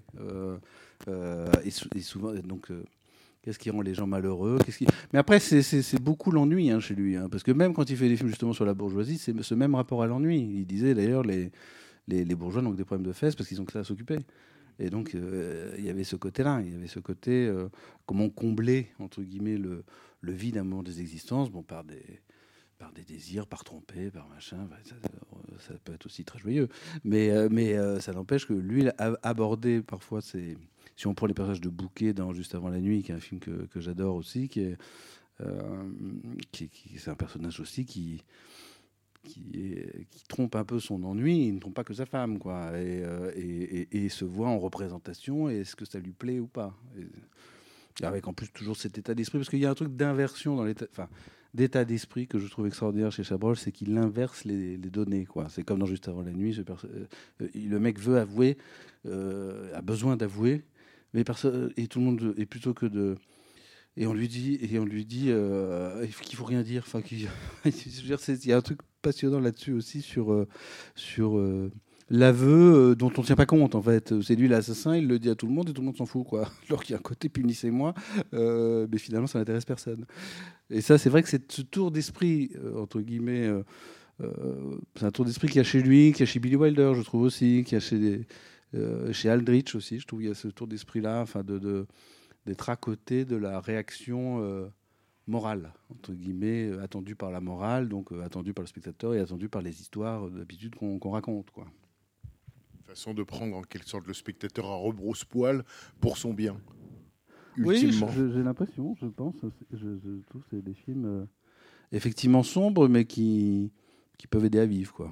S6: Et souvent, donc, qu'est-ce qui rend les gens malheureux? Mais après, c'est beaucoup l'ennui chez lui, parce que même quand il fait des films justement sur la bourgeoisie, c'est ce même rapport à l'ennui. Il disait d'ailleurs les bourgeois n'ont que des problèmes de fesses parce qu'ils ont que ça à s'occuper. Et donc, il y avait ce côté-là. Il y avait ce côté comment combler entre guillemets le vide à un moment des existences, bon, par des désirs, par tromper, par machin. Ça peut être aussi très joyeux. Mais ça n'empêche que lui, il a abordé parfois si on prend les personnages de Bouquet dans Juste avant la nuit, qui est un film que j'adore aussi, qui c'est un personnage aussi qui trompe un peu son ennui, il ne trompe pas que sa femme, quoi, et se voit en représentation, et est-ce que ça lui plaît ou pas, avec en plus toujours cet état d'esprit, parce qu'il y a un truc d'inversion dans d'état d'esprit que je trouve extraordinaire chez Chabrol, c'est qu'il inverse les données, quoi. C'est comme dans Juste avant la nuit, le mec veut avouer, a besoin d'avouer, mais et tout le monde, et plutôt que de... Et on lui dit qu'il faut rien dire. Enfin, il y a un truc passionnant là-dessus aussi sur l'aveu dont on ne tient pas compte, en fait. C'est lui l'assassin, il le dit à tout le monde et tout le monde s'en fout, quoi. Alors qu'il y a un côté punissez-moi, mais finalement ça n'intéresse personne. Et ça, c'est vrai que c'est ce tour d'esprit, entre guillemets, c'est un tour d'esprit qu'il y a chez lui, qu'il y a chez Billy Wilder, je trouve aussi, qu'il y a chez Aldrich aussi, je trouve qu'il y a ce tour d'esprit-là, enfin d'être à côté de la réaction morale, entre guillemets, attendue par la morale, donc attendue par le spectateur et attendue par les histoires d'habitude qu'on raconte, quoi.
S4: Façon de prendre en quelque sorte le spectateur à rebrousse-poil pour son bien.
S6: Ultimement. Oui, j'ai l'impression, je pense. Je trouve que c'est des films effectivement sombres, mais qui peuvent aider à vivre, quoi.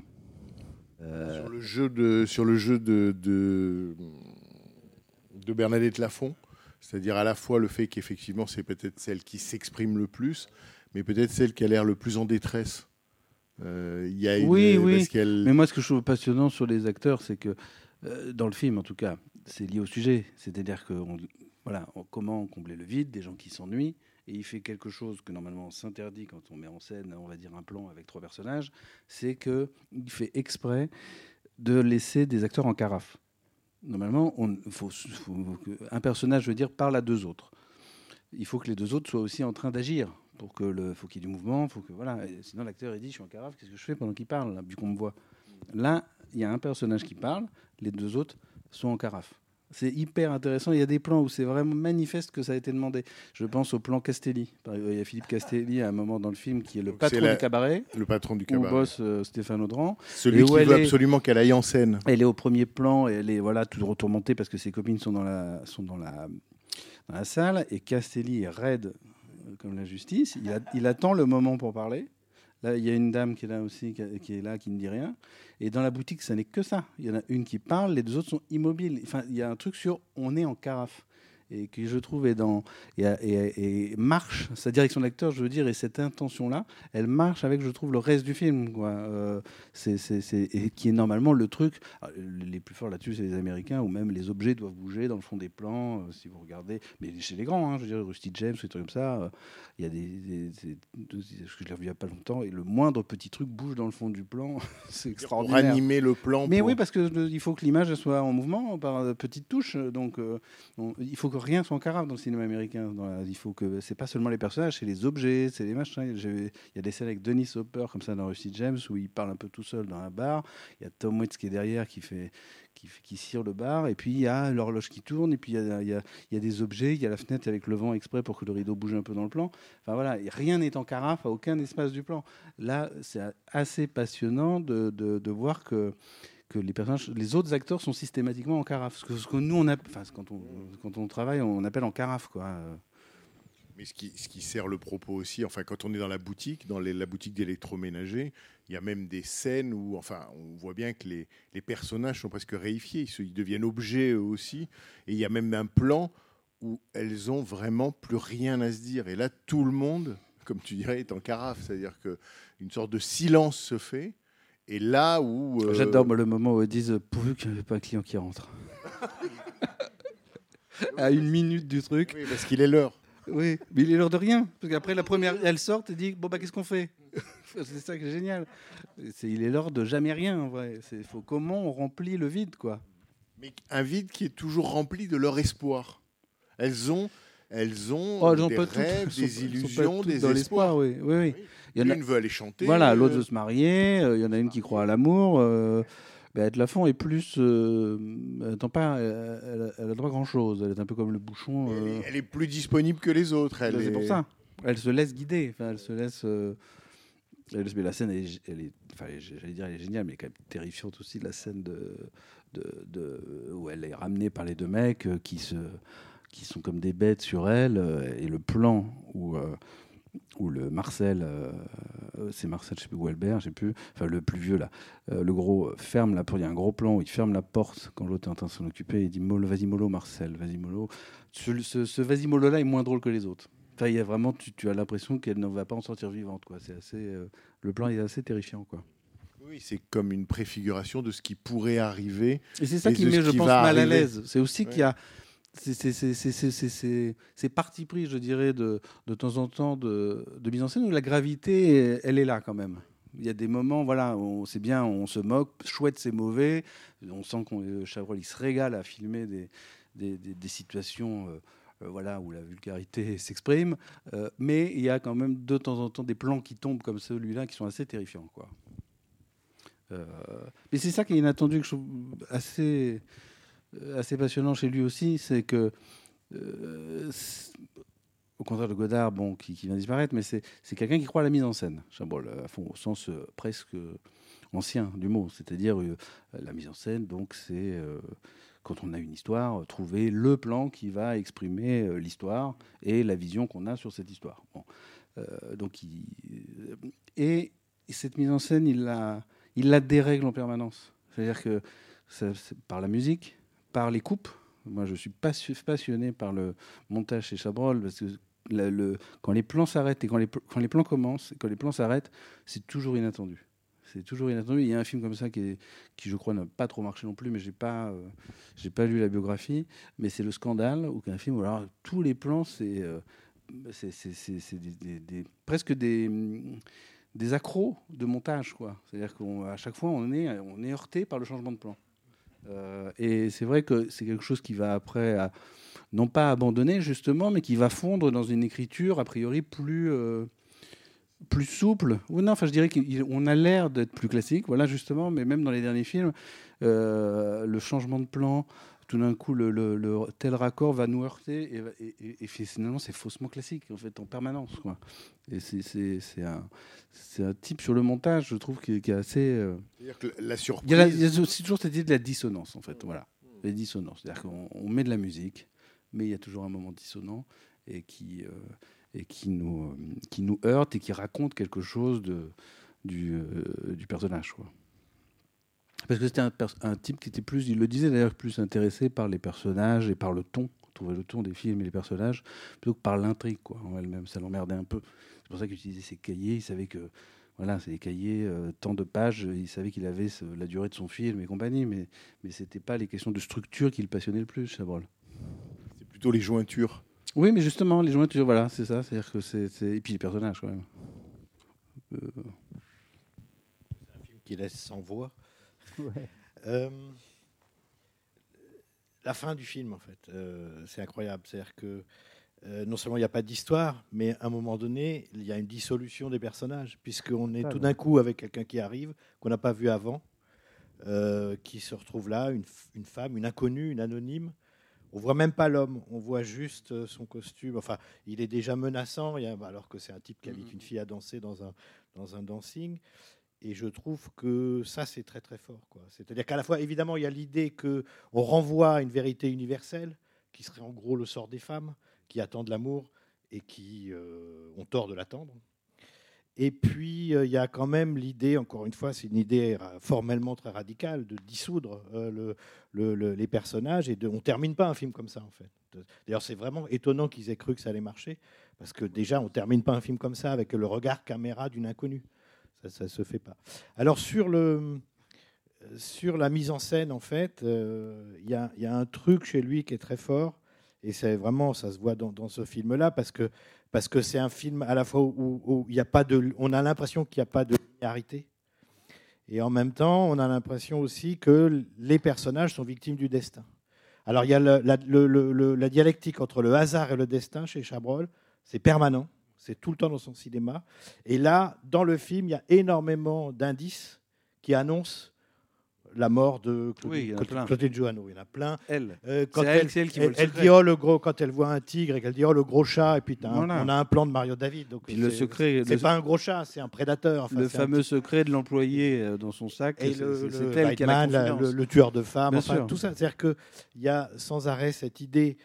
S4: Sur le jeu de Bernadette Lafont, c'est-à-dire à la fois le fait qu'effectivement c'est peut-être celle qui s'exprime le plus, mais peut-être celle qui a l'air le plus en détresse.
S6: Oui. Mais moi, ce que je trouve passionnant sur les acteurs, c'est que dans le film, en tout cas, c'est lié au sujet. C'est-à-dire que comment combler le vide, des gens qui s'ennuient, et il fait quelque chose que normalement on s'interdit quand on met en scène, on va dire, un plan avec 3 personnages, c'est qu'il fait exprès de laisser des acteurs en carafe. Normalement, un personnage, je veux dire, parle à 2 autres. Il faut que les 2 autres soient aussi en train d'agir. Faut qu'il y ait du mouvement, sinon l'acteur il dit je suis en carafe, qu'est-ce que je fais pendant qu'il parle, vu qu'on me voit. Là, il y a un personnage qui parle, les 2 autres sont en carafe. C'est hyper intéressant. Il y a des plans où c'est vraiment manifeste que ça a été demandé. Je pense au plan Castelli. Il y a Philippe Castelli à un moment dans le film qui est le
S4: Donc,
S6: patron du cabaret.
S4: Le patron du
S6: Où
S4: cabaret.
S6: bosse Stéphane Audran.
S4: Celui
S6: Et
S4: qui
S6: où elle
S4: veut
S6: est-
S4: absolument qu'elle aille en scène.
S6: Elle est au premier plan et elle est toujours tourmentée parce que ses copines sont dans la salle et Castelli est raide comme la justice. Il attend le moment pour parler. Là, il y a une dame qui est là aussi, qui est là, qui ne dit rien. Et dans la boutique, ça n'est que ça. Il y en a une qui parle, les deux autres sont immobiles. Enfin, il y a un truc sur on est en carafe. Et qui, je trouve, et marche, sa direction d'acteur, je veux dire, et cette intention-là, elle marche avec, je trouve, le reste du film, quoi. Et qui est normalement le truc. Alors, les plus forts là-dessus, c'est les Américains, où même les objets doivent bouger dans le fond des plans, si vous regardez. Mais chez les grands, je veux dire, Rusty James, des trucs comme ça, il y a je l'ai revu il n'y a pas longtemps, et le moindre petit truc bouge dans le fond du plan. C'est
S4: Pour
S6: extraordinaire.
S4: animer le plan.
S6: Mais
S4: pour-
S6: oui, parce qu'il faut que l'image soit en mouvement par petites touches. Donc, il faut que rien soit en carafe dans le cinéma américain. Il faut que c'est pas seulement les personnages, c'est les objets, c'est les machins. Il y a des scènes avec Dennis Hopper comme ça dans Rusty James où il parle un peu tout seul dans un bar. Il y a Tom Waits qui est derrière qui cire le bar, et puis il y a l'horloge qui tourne, et puis il y a des objets, il y a la fenêtre avec le vent exprès pour que le rideau bouge un peu dans le plan. Enfin voilà, rien n'est en carafe à aucun espace du plan. Là, c'est assez passionnant de voir que les personnages, les autres acteurs sont systématiquement en carafe. Ce que nous, quand on travaille, on appelle en carafe, quoi.
S4: Mais ce qui sert le propos aussi, enfin, quand on est dans la boutique, la boutique d'électroménager, il y a même des scènes où, enfin, on voit bien que les personnages sont presque réifiés, ils deviennent objets eux aussi. Et il y a même un plan où elles ont vraiment plus rien à se dire. Et là, tout le monde, comme tu dirais, est en carafe. C'est-à-dire qu'une sorte de silence se fait. Et là où...
S6: J'adore le moment où ils disent « pourvu qu'il n'y ait pas un client qui rentre ». À 1 minute du truc.
S4: Oui, parce qu'il est l'heure.
S6: Oui, mais il est l'heure de rien. Parce qu'après, la première, elle sort et dit « bon, bah, qu'est-ce qu'on fait ?» C'est ça qui est génial. Il est l'heure de jamais rien, en vrai. Comment on remplit le vide, quoi.
S4: Mais un vide qui est toujours rempli de leur espoir. Elles ont des rêves, des illusions, des
S6: dans
S4: espoirs.
S6: l'espoir, oui. Il y en a...
S4: Une veut aller chanter.
S6: Voilà, l'autre veut se marier. Il y en a une qui croit à l'amour. Être Lafont est plus... elle n'attend pas grand-chose. Elle est un peu comme le bouchon.
S4: Elle est plus disponible que les autres.
S6: C'est pour ça. Elle se laisse guider. Enfin, elle se laisse... mais la scène, j'allais dire, elle est géniale, mais elle est quand même terrifiante aussi, la scène où elle est ramenée par les deux mecs qui sont comme des bêtes sur elle, et le plan où le Marcel, c'est Marcel, je sais plus, ou Albert, je sais plus, enfin le plus vieux là, le gros ferme la porte, il y a un gros plan où il ferme la porte quand l'autre est en train de s'en occuper, et il dit vas-y mollo Marcel, vas-y mollo. Ce vas-y mollo là est moins drôle que les autres. Enfin, il y a vraiment, tu as l'impression qu'elle ne va pas en sortir vivante, quoi. C'est assez, le plan est assez terrifiant, quoi.
S4: Oui, c'est comme une préfiguration de ce qui pourrait arriver.
S6: Et c'est ça qui met, je pense, mal à l'aise. C'est aussi qu'il y a c'est parti pris, je dirais, de temps en temps de mise en scène où la gravité, elle est là quand même. Il y a des moments, voilà, c'est bien, on se moque, chouette, c'est mauvais. On sent que Chabrol, il se régale à filmer des situations voilà, où la vulgarité s'exprime. Mais il y a quand même de temps en temps des plans qui tombent comme celui-là qui sont assez terrifiants, quoi. Mais c'est ça qui est inattendu, que je trouve assez passionnant chez lui aussi, c'est que, au contraire de Godard, bon, qui vient disparaître, mais c'est quelqu'un qui croit à la mise en scène, Chabrol, à fond, au sens presque ancien du mot, c'est-à-dire la mise en scène, donc c'est quand on a une histoire, trouver le plan qui va exprimer l'histoire et la vision qu'on a sur cette histoire. Bon. Et cette mise en scène, il la dérègle en permanence. C'est-à-dire que par la musique, par les coupes. Moi, je suis passionné par le montage chez Chabrol, parce que quand les plans s'arrêtent et quand les plans commencent, et quand les plans s'arrêtent, c'est toujours inattendu. C'est toujours inattendu. Il y a un film comme ça qui je crois, n'a pas trop marché non plus, mais j'ai pas lu la biographie. Mais c'est Le Scandale, où un film où alors, tous les plans, c'est presque des accros de montage, quoi. C'est-à-dire qu'à chaque fois, on est heurté par le changement de plan. Et c'est vrai que c'est quelque chose qui va après, non pas abandonner justement, mais qui va fondre dans une écriture a priori plus souple. Ou non, enfin je dirais qu'on a l'air d'être plus classique, voilà justement, mais même dans les derniers films, le changement de plan, tout d'un coup, le tel raccord va nous heurter et finalement, c'est faussement classique en fait en permanence, quoi. Et c'est un type sur le montage, je trouve, qui est assez.
S4: C'est-à-dire que la surprise.
S6: Il y a aussi toujours cette idée de la dissonance, en fait. Voilà, la dissonance. C'est-à-dire qu'on met de la musique, mais il y a toujours un moment dissonant et qui nous heurte et qui raconte quelque chose du personnage, quoi. Parce que c'était un type qui était plus, il le disait d'ailleurs, plus intéressé par les personnages et par le ton, trouver le ton des films et les personnages, plutôt que par l'intrigue, quoi, en elle-même. Ça l'emmerdait un peu. C'est pour ça qu'il utilisait ses cahiers. Il savait que, voilà, c'est des cahiers, tant de pages. Il savait qu'il avait la durée de son film et compagnie, mais c'était pas les questions de structure qui le passionnaient le plus, Chabrol.
S4: C'est plutôt les jointures.
S6: Oui, mais justement, les jointures, voilà, c'est ça. C'est-à-dire que et puis les personnages, quand même.
S2: C'est un film qui laisse sans voix.
S7: Ouais.
S2: La fin du film, en fait, c'est incroyable. C'est-à-dire que non seulement il n'y a pas d'histoire, mais à un moment donné, il y a une dissolution des personnages, puisqu'on est tout d'un coup avec quelqu'un qui arrive, qu'on n'a pas vu avant, qui se retrouve là, une femme, une inconnue, une anonyme. On voit même pas l'homme, on voit juste son costume. Enfin, il est déjà menaçant, alors que c'est un type qui invite une fille à danser dans un dancing. Et je trouve que ça, c'est très très fort, quoi. C'est-à-dire qu'à la fois, évidemment, il y a l'idée qu'on renvoie à une vérité universelle, qui serait en gros le sort des femmes, qui attendent l'amour et qui ont tort de l'attendre. Et puis, il y a quand même l'idée, encore une fois, c'est une idée formellement très radicale, de dissoudre les personnages. Et on ne termine pas un film comme ça, en fait. D'ailleurs, c'est vraiment étonnant qu'ils aient cru que ça allait marcher, parce que déjà, on ne termine pas un film comme ça avec le regard caméra d'une inconnue. Ça ne se fait pas. Alors, sur la mise en scène, en fait, il y a un truc chez lui qui est très fort. Et c'est vraiment, ça se voit dans ce film-là, parce que c'est un film à la fois où il y a pas on a l'impression qu'il n'y a pas de linéarité. Et en même temps, on a l'impression aussi que les personnages sont victimes du destin. Alors, il y a la dialectique entre le hasard et le destin chez Chabrol, c'est permanent. C'est tout le temps dans son cinéma. Et là, dans le film, il y a énormément d'indices qui annoncent la mort de Clotilde Johanneau. Il y en a plein.
S6: C'est elle qui voit le
S2: elle
S6: secret.
S2: dit, oh, le gros, quand elle voit un tigre et qu'elle dit, oh, le gros chat, et puis on a un plan de Mario David. Donc
S6: le secret,
S2: c'est pas un gros chat, c'est un prédateur. Enfin,
S6: le fameux secret de l'employé dans son sac,
S2: et
S6: c'est elle qui a la confidence.
S2: le tueur de femmes,
S6: Bien
S2: tout ça. C'est-à-dire qu'il y a sans arrêt cette idée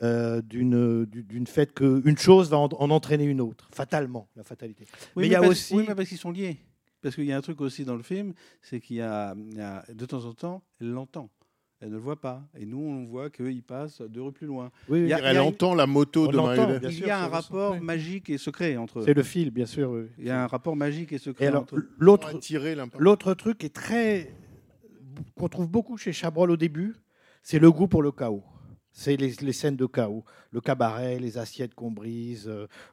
S2: d'une fait qu'une chose va en entraîner une autre, fatalement, la fatalité.
S6: Oui,
S2: mais il y a aussi...
S6: Oui, mais parce qu'ils sont liés. Parce qu'il y a un truc aussi dans le film, c'est qu'il y a de temps en temps, elle l'entend. Elle ne le voit pas. Et nous, on voit qu'il passe 2 rues plus loin.
S2: Oui,
S4: elle entend la moto de Mario David.
S6: Il y a un rapport magique et secret entre eux.
S2: C'est le fil, bien sûr. Oui.
S6: Il y a un rapport magique et secret
S2: et alors,
S6: entre eux.
S2: L'autre truc est qu'on trouve beaucoup chez Chabrol au début, c'est le goût pour le chaos. C'est les scènes de chaos, le cabaret, les assiettes qu'on brise,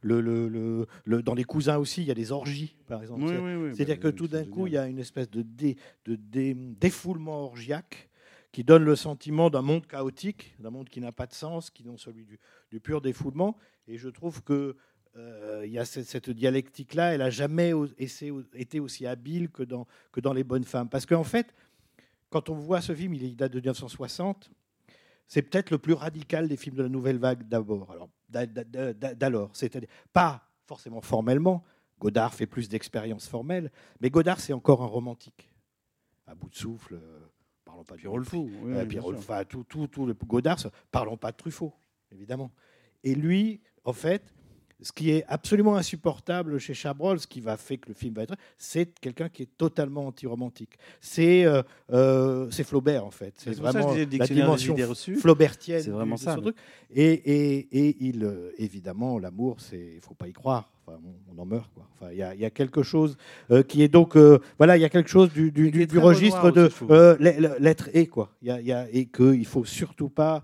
S2: dans Les Cousins aussi, il y a des orgies, par exemple.
S6: Oui,
S2: c'est-à-dire que tout d'un coup, il y a une espèce de défoulement orgiaque qui donne le sentiment d'un monde chaotique, d'un monde qui n'a pas de sens, qui est celui du pur défoulement. Et je trouve que il y a cette dialectique-là, elle n'a jamais été aussi habile que dans Les Bonnes Femmes. Parce qu'en fait, quand on voit ce film, il date de 1960. C'est peut-être le plus radical des films de la Nouvelle Vague d'alors. C'est-à-dire, pas forcément formellement, Godard fait plus d'expériences formelles, mais Godard, c'est encore un romantique. À bout de souffle, parlons pas de
S6: Pierrot le Fou.
S2: Tout le Godard, parlons pas de Truffaut, évidemment. Et lui, en fait, ce qui est absolument insupportable chez Chabrol, ce qui va faire que le film va être, c'est quelqu'un qui est totalement anti-romantique. C'est Flaubert, en fait. C'est vraiment la dimension flaubertienne.
S6: C'est vraiment ça.
S2: Truc. Et évidemment, l'amour, il ne faut pas y croire. Enfin, on en meurt, quoi. Enfin, il y a quelque chose qui est donc... voilà, il y a quelque chose du registre de l'être et, quoi. Et qu'il ne faut surtout pas...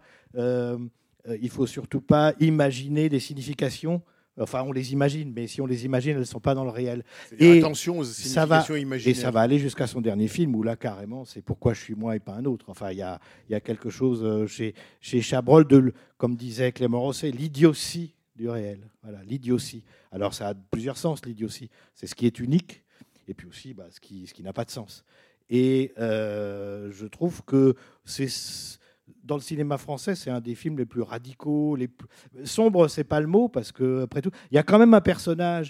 S2: imaginer des significations. Enfin, on les imagine, mais si on les imagine, elles ne sont pas dans le réel.
S4: Et attention aux significations imaginaires.
S2: Et ça va aller jusqu'à son dernier film, où là, carrément, c'est pourquoi je suis moi et pas un autre. Enfin, il y a quelque chose chez Chabrol, comme disait Clément Rosset, l'idiotie du réel. Voilà, l'idiotie. Alors, ça a plusieurs sens, l'idiotie. C'est ce qui est unique, et puis aussi ce qui n'a pas de sens. Et je trouve que dans le cinéma français, c'est un des films les plus radicaux, sombre, c'est pas le mot, parce que après tout, il y a quand même un personnage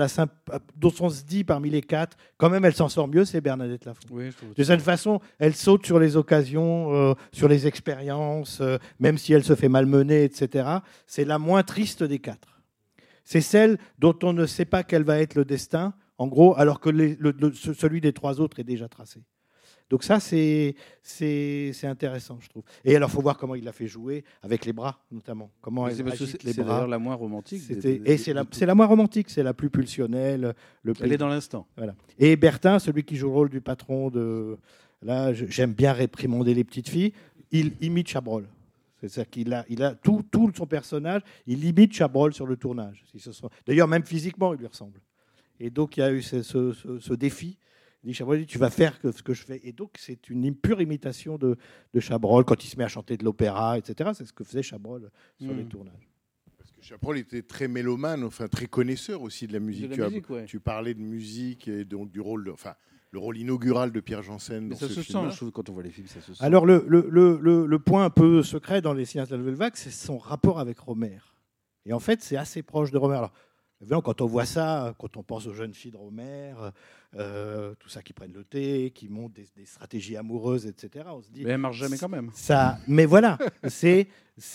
S2: dont on se dit parmi les 4, quand même, elle s'en sort mieux, c'est Bernadette Lafont.
S6: Oui,
S2: de cette façon, elle saute sur les occasions, sur les expériences, même si elle se fait malmener, etc. C'est la moins triste des 4. C'est celle dont on ne sait pas quel va être le destin, en gros, alors que celui des 3 autres est déjà tracé. Donc ça, c'est intéressant, je trouve. Et alors, il faut voir comment il l'a fait jouer, avec les bras, notamment. Comment elle agite les bras.
S6: C'est d'ailleurs la moins romantique.
S2: Et c'est la moins romantique, c'est la plus pulsionnelle.
S6: Elle est dans l'instant.
S2: Voilà. Et Bertin, celui qui joue le rôle du patron de... Là, j'aime bien réprimander les petites filles. Il imite Chabrol. C'est-à-dire qu'il a tout son personnage, il imite Chabrol sur le tournage. D'ailleurs, même physiquement, il lui ressemble. Et donc, il y a eu ce défi. Il dit, Chabrol dit, tu vas faire ce que je fais. Et donc, c'est une pure imitation de Chabrol quand il se met à chanter de l'opéra, etc. C'est ce que faisait Chabrol sur les tournages.
S4: Parce que Chabrol était très mélomane, enfin très connaisseur aussi de la musique. Tu parlais de musique et donc du rôle, le rôle inaugural de Pierre Janssen dans ce film.
S6: Ça se sent, je trouve, quand on voit les films, ça se sent.
S2: Alors, le point un peu secret dans les cinéastes de la Nouvelle Vague, c'est son rapport avec Rohmer. Et en fait, c'est assez proche de Rohmer. Alors, évidemment, quand on voit ça, quand on pense aux jeunes filles de Rohmer, tout ça qui prennent le thé, qui montent des stratégies amoureuses, etc., on se dit...
S6: Mais elle marche jamais quand même.
S2: Mais voilà, c'est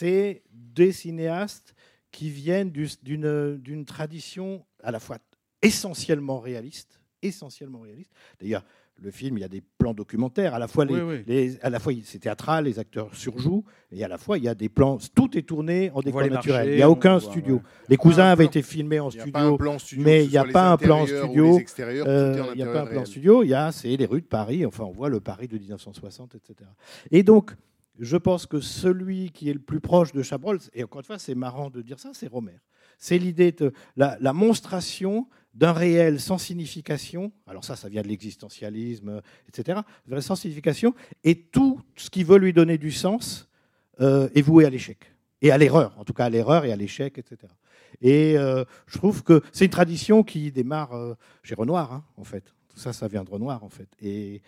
S2: des cinéastes qui viennent d'une tradition à la fois essentiellement réaliste. D'ailleurs, le film, il y a des plans documentaires. À la fois, à la fois c'est théâtral, les acteurs surjouent, et à la fois, il y a des plans. Tout est tourné en décor naturel. Il n'y a aucun studio. Ouais. Les Cousins avaient été filmés en studio, mais il n'y a pas un plan studio. Il n'y a pas un plan studio. C'est les rues de Paris. Enfin, on voit le Paris de 1960, etc. Et donc, je pense que celui qui est le plus proche de Chabrol, et encore une fois, c'est marrant de dire ça, c'est Rohmer. C'est l'idée de la monstration d'un réel sans signification. Alors ça vient de l'existentialisme, etc. Sans signification. Et tout ce qui veut lui donner du sens est voué à l'échec. Et à l'erreur, en tout cas à l'erreur et à l'échec, etc. Et je trouve que c'est une tradition qui démarre chez Renoir, en fait. Tout ça vient de Renoir, en fait. Et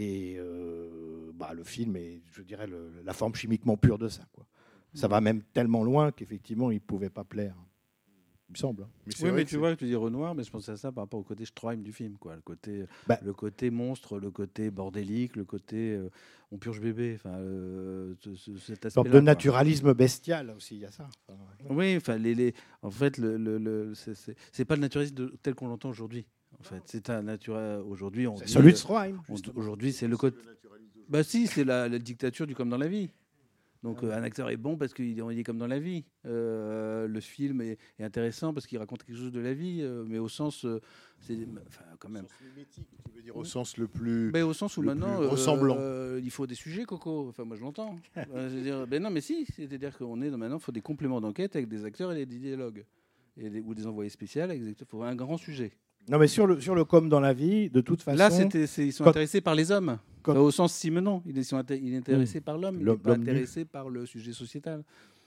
S2: le film est, je dirais, la forme chimiquement pure de ça, quoi. Ça va même tellement loin qu'effectivement, il ne pouvait pas plaire. Il me semble.
S6: Mais tu vois, tu dis Renoir, mais je pense à ça par rapport au côté Stroheim du film, quoi. Le côté monstre, le côté bordélique, le côté on purge bébé. Cet aspect-là.
S2: De naturalisme bestial aussi, il y a ça.
S6: Oui, en fait, c'est pas le naturalisme tel qu'on l'entend aujourd'hui. En fait, c'est un naturel. Aujourd'hui,
S2: c'est celui de Stroheim.
S6: Aujourd'hui, c'est le côté. C'est la dictature du comme dans la vie. Donc un acteur est bon parce qu'il est comme dans la vie. Le film est intéressant parce qu'il raconte quelque chose de la vie, mais au sens, quand même.
S4: Au sens mimétique, tu veux dire au sens le plus.
S6: Mais au sens où maintenant,
S4: ressemblant.
S6: Il faut des sujets, Coco. Enfin, moi je l'entends. Je veux dire, non, mais si, c'est-à-dire qu'on est maintenant, il faut des compléments d'enquête avec des acteurs et des dialogues, ou des envoyés spéciaux avec des acteurs. Il faut un grand sujet.
S2: Non, mais sur le comme dans la vie, de toute façon.
S6: Là, ils sont intéressés par les hommes. Au sens Simenon, il est intéressé par l'homme, il n'est pas intéressé par le sujet sociétal.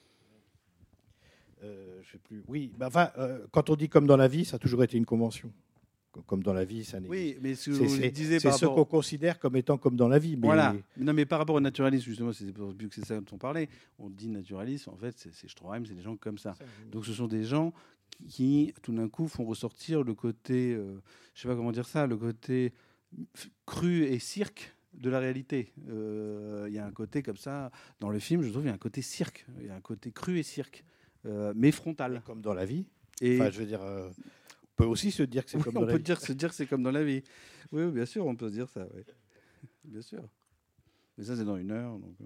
S2: Je sais plus. Oui, quand on dit comme dans la vie, ça a toujours été une convention. Comme dans la vie, ça n'est.
S6: Oui, mais c'est
S2: ce qu'on considère comme étant comme dans la vie. Mais...
S6: Voilà. Non, mais par rapport au naturalisme, justement, vu que c'est ça dont on parlait, on dit naturalisme. En fait, c'est Stroheim, c'est des gens comme ça. Donc, ce sont des gens qui, tout d'un coup, font ressortir le côté, je sais pas comment dire ça, le côté cru et cirque de la réalité. Il y a un côté comme ça dans le film, je trouve, il y a un côté cirque, il y a un côté cru et cirque, mais frontal.
S2: Comme dans la vie. Et je veux dire, on peut aussi se dire que c'est comme dans la vie.
S6: On peut se dire que c'est comme dans la vie. Oui, bien sûr, on peut se dire ça. Oui. Bien sûr. Mais ça, c'est dans 1 heure. Donc...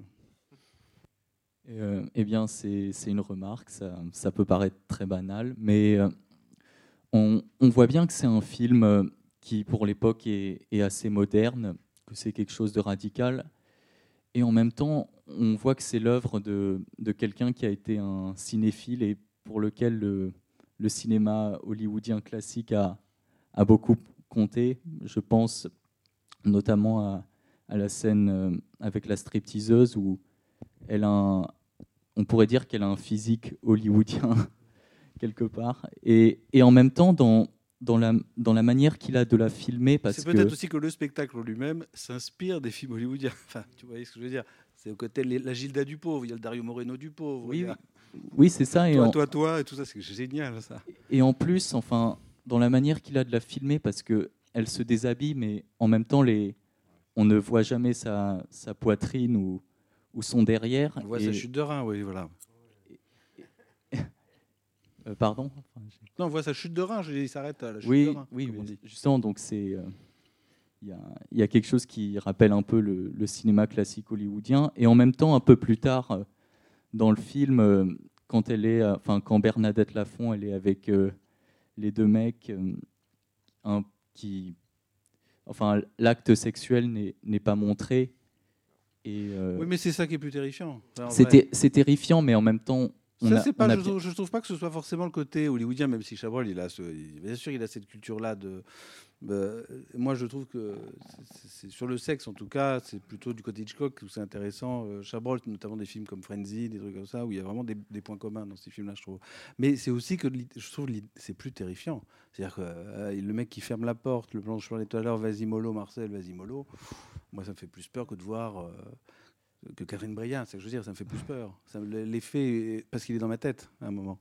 S7: Eh bien, c'est une remarque. Ça peut paraître très banal, mais on voit bien que c'est un film qui, pour l'époque, est assez moderne, que c'est quelque chose de radical. Et en même temps, on voit que c'est l'œuvre de quelqu'un qui a été un cinéphile et pour lequel le cinéma hollywoodien classique a beaucoup compté. Je pense notamment à la scène avec la stripteaseuse où on pourrait dire qu'elle a un physique hollywoodien quelque part. Et en même temps, dans la manière qu'il a de la filmer.
S6: C'est peut-être aussi que le spectacle lui-même s'inspire des films hollywoodiens. Enfin, tu vois ce que je veux dire. C'est au côté la Gilda du pauvre, il y a le Dario Moreno du pauvre.
S7: Oui, oui, c'est ça. Et
S6: toi, et tout ça, c'est génial, ça.
S7: Et en plus, enfin, dans la manière qu'il a de la filmer, parce qu'elle se déshabille, mais en même temps, on ne voit jamais sa poitrine ou son derrière.
S6: On voit sa chute de rein, oui, voilà.
S7: Pardon.
S6: Non, on voit sa chute de rein, il s'arrête à la chute
S7: oui,
S6: de rein.
S7: Oui, justement, donc c'est... Il y a quelque chose qui rappelle un peu le cinéma classique hollywoodien. Et en même temps, un peu plus tard, dans le film, quand Bernadette Lafont elle est avec les deux mecs, l'acte sexuel n'est pas montré. Et,
S6: oui, mais c'est ça qui est plus terrifiant.
S7: C'est terrifiant, mais en même temps...
S6: Je trouve pas que ce soit forcément le côté hollywoodien, même si Chabrol, bien sûr, il a cette culture-là moi, je trouve que c'est sur le sexe, en tout cas, c'est plutôt du côté Hitchcock où c'est intéressant. Chabrol, notamment des films comme Frenzy, des trucs comme ça, où il y a vraiment des points communs dans ces films-là, je trouve. Mais c'est aussi que je trouve c'est plus terrifiant. C'est-à-dire que le mec qui ferme la porte, le plan que je parlais tout à l'heure, vas-y mollo, Marcel, vas-y mollo. Moi, ça me fait plus peur que de voir que Catherine Breillat. C'est ce que je veux dire, ça me fait plus peur. L'effet, parce qu'il est dans ma tête à un moment.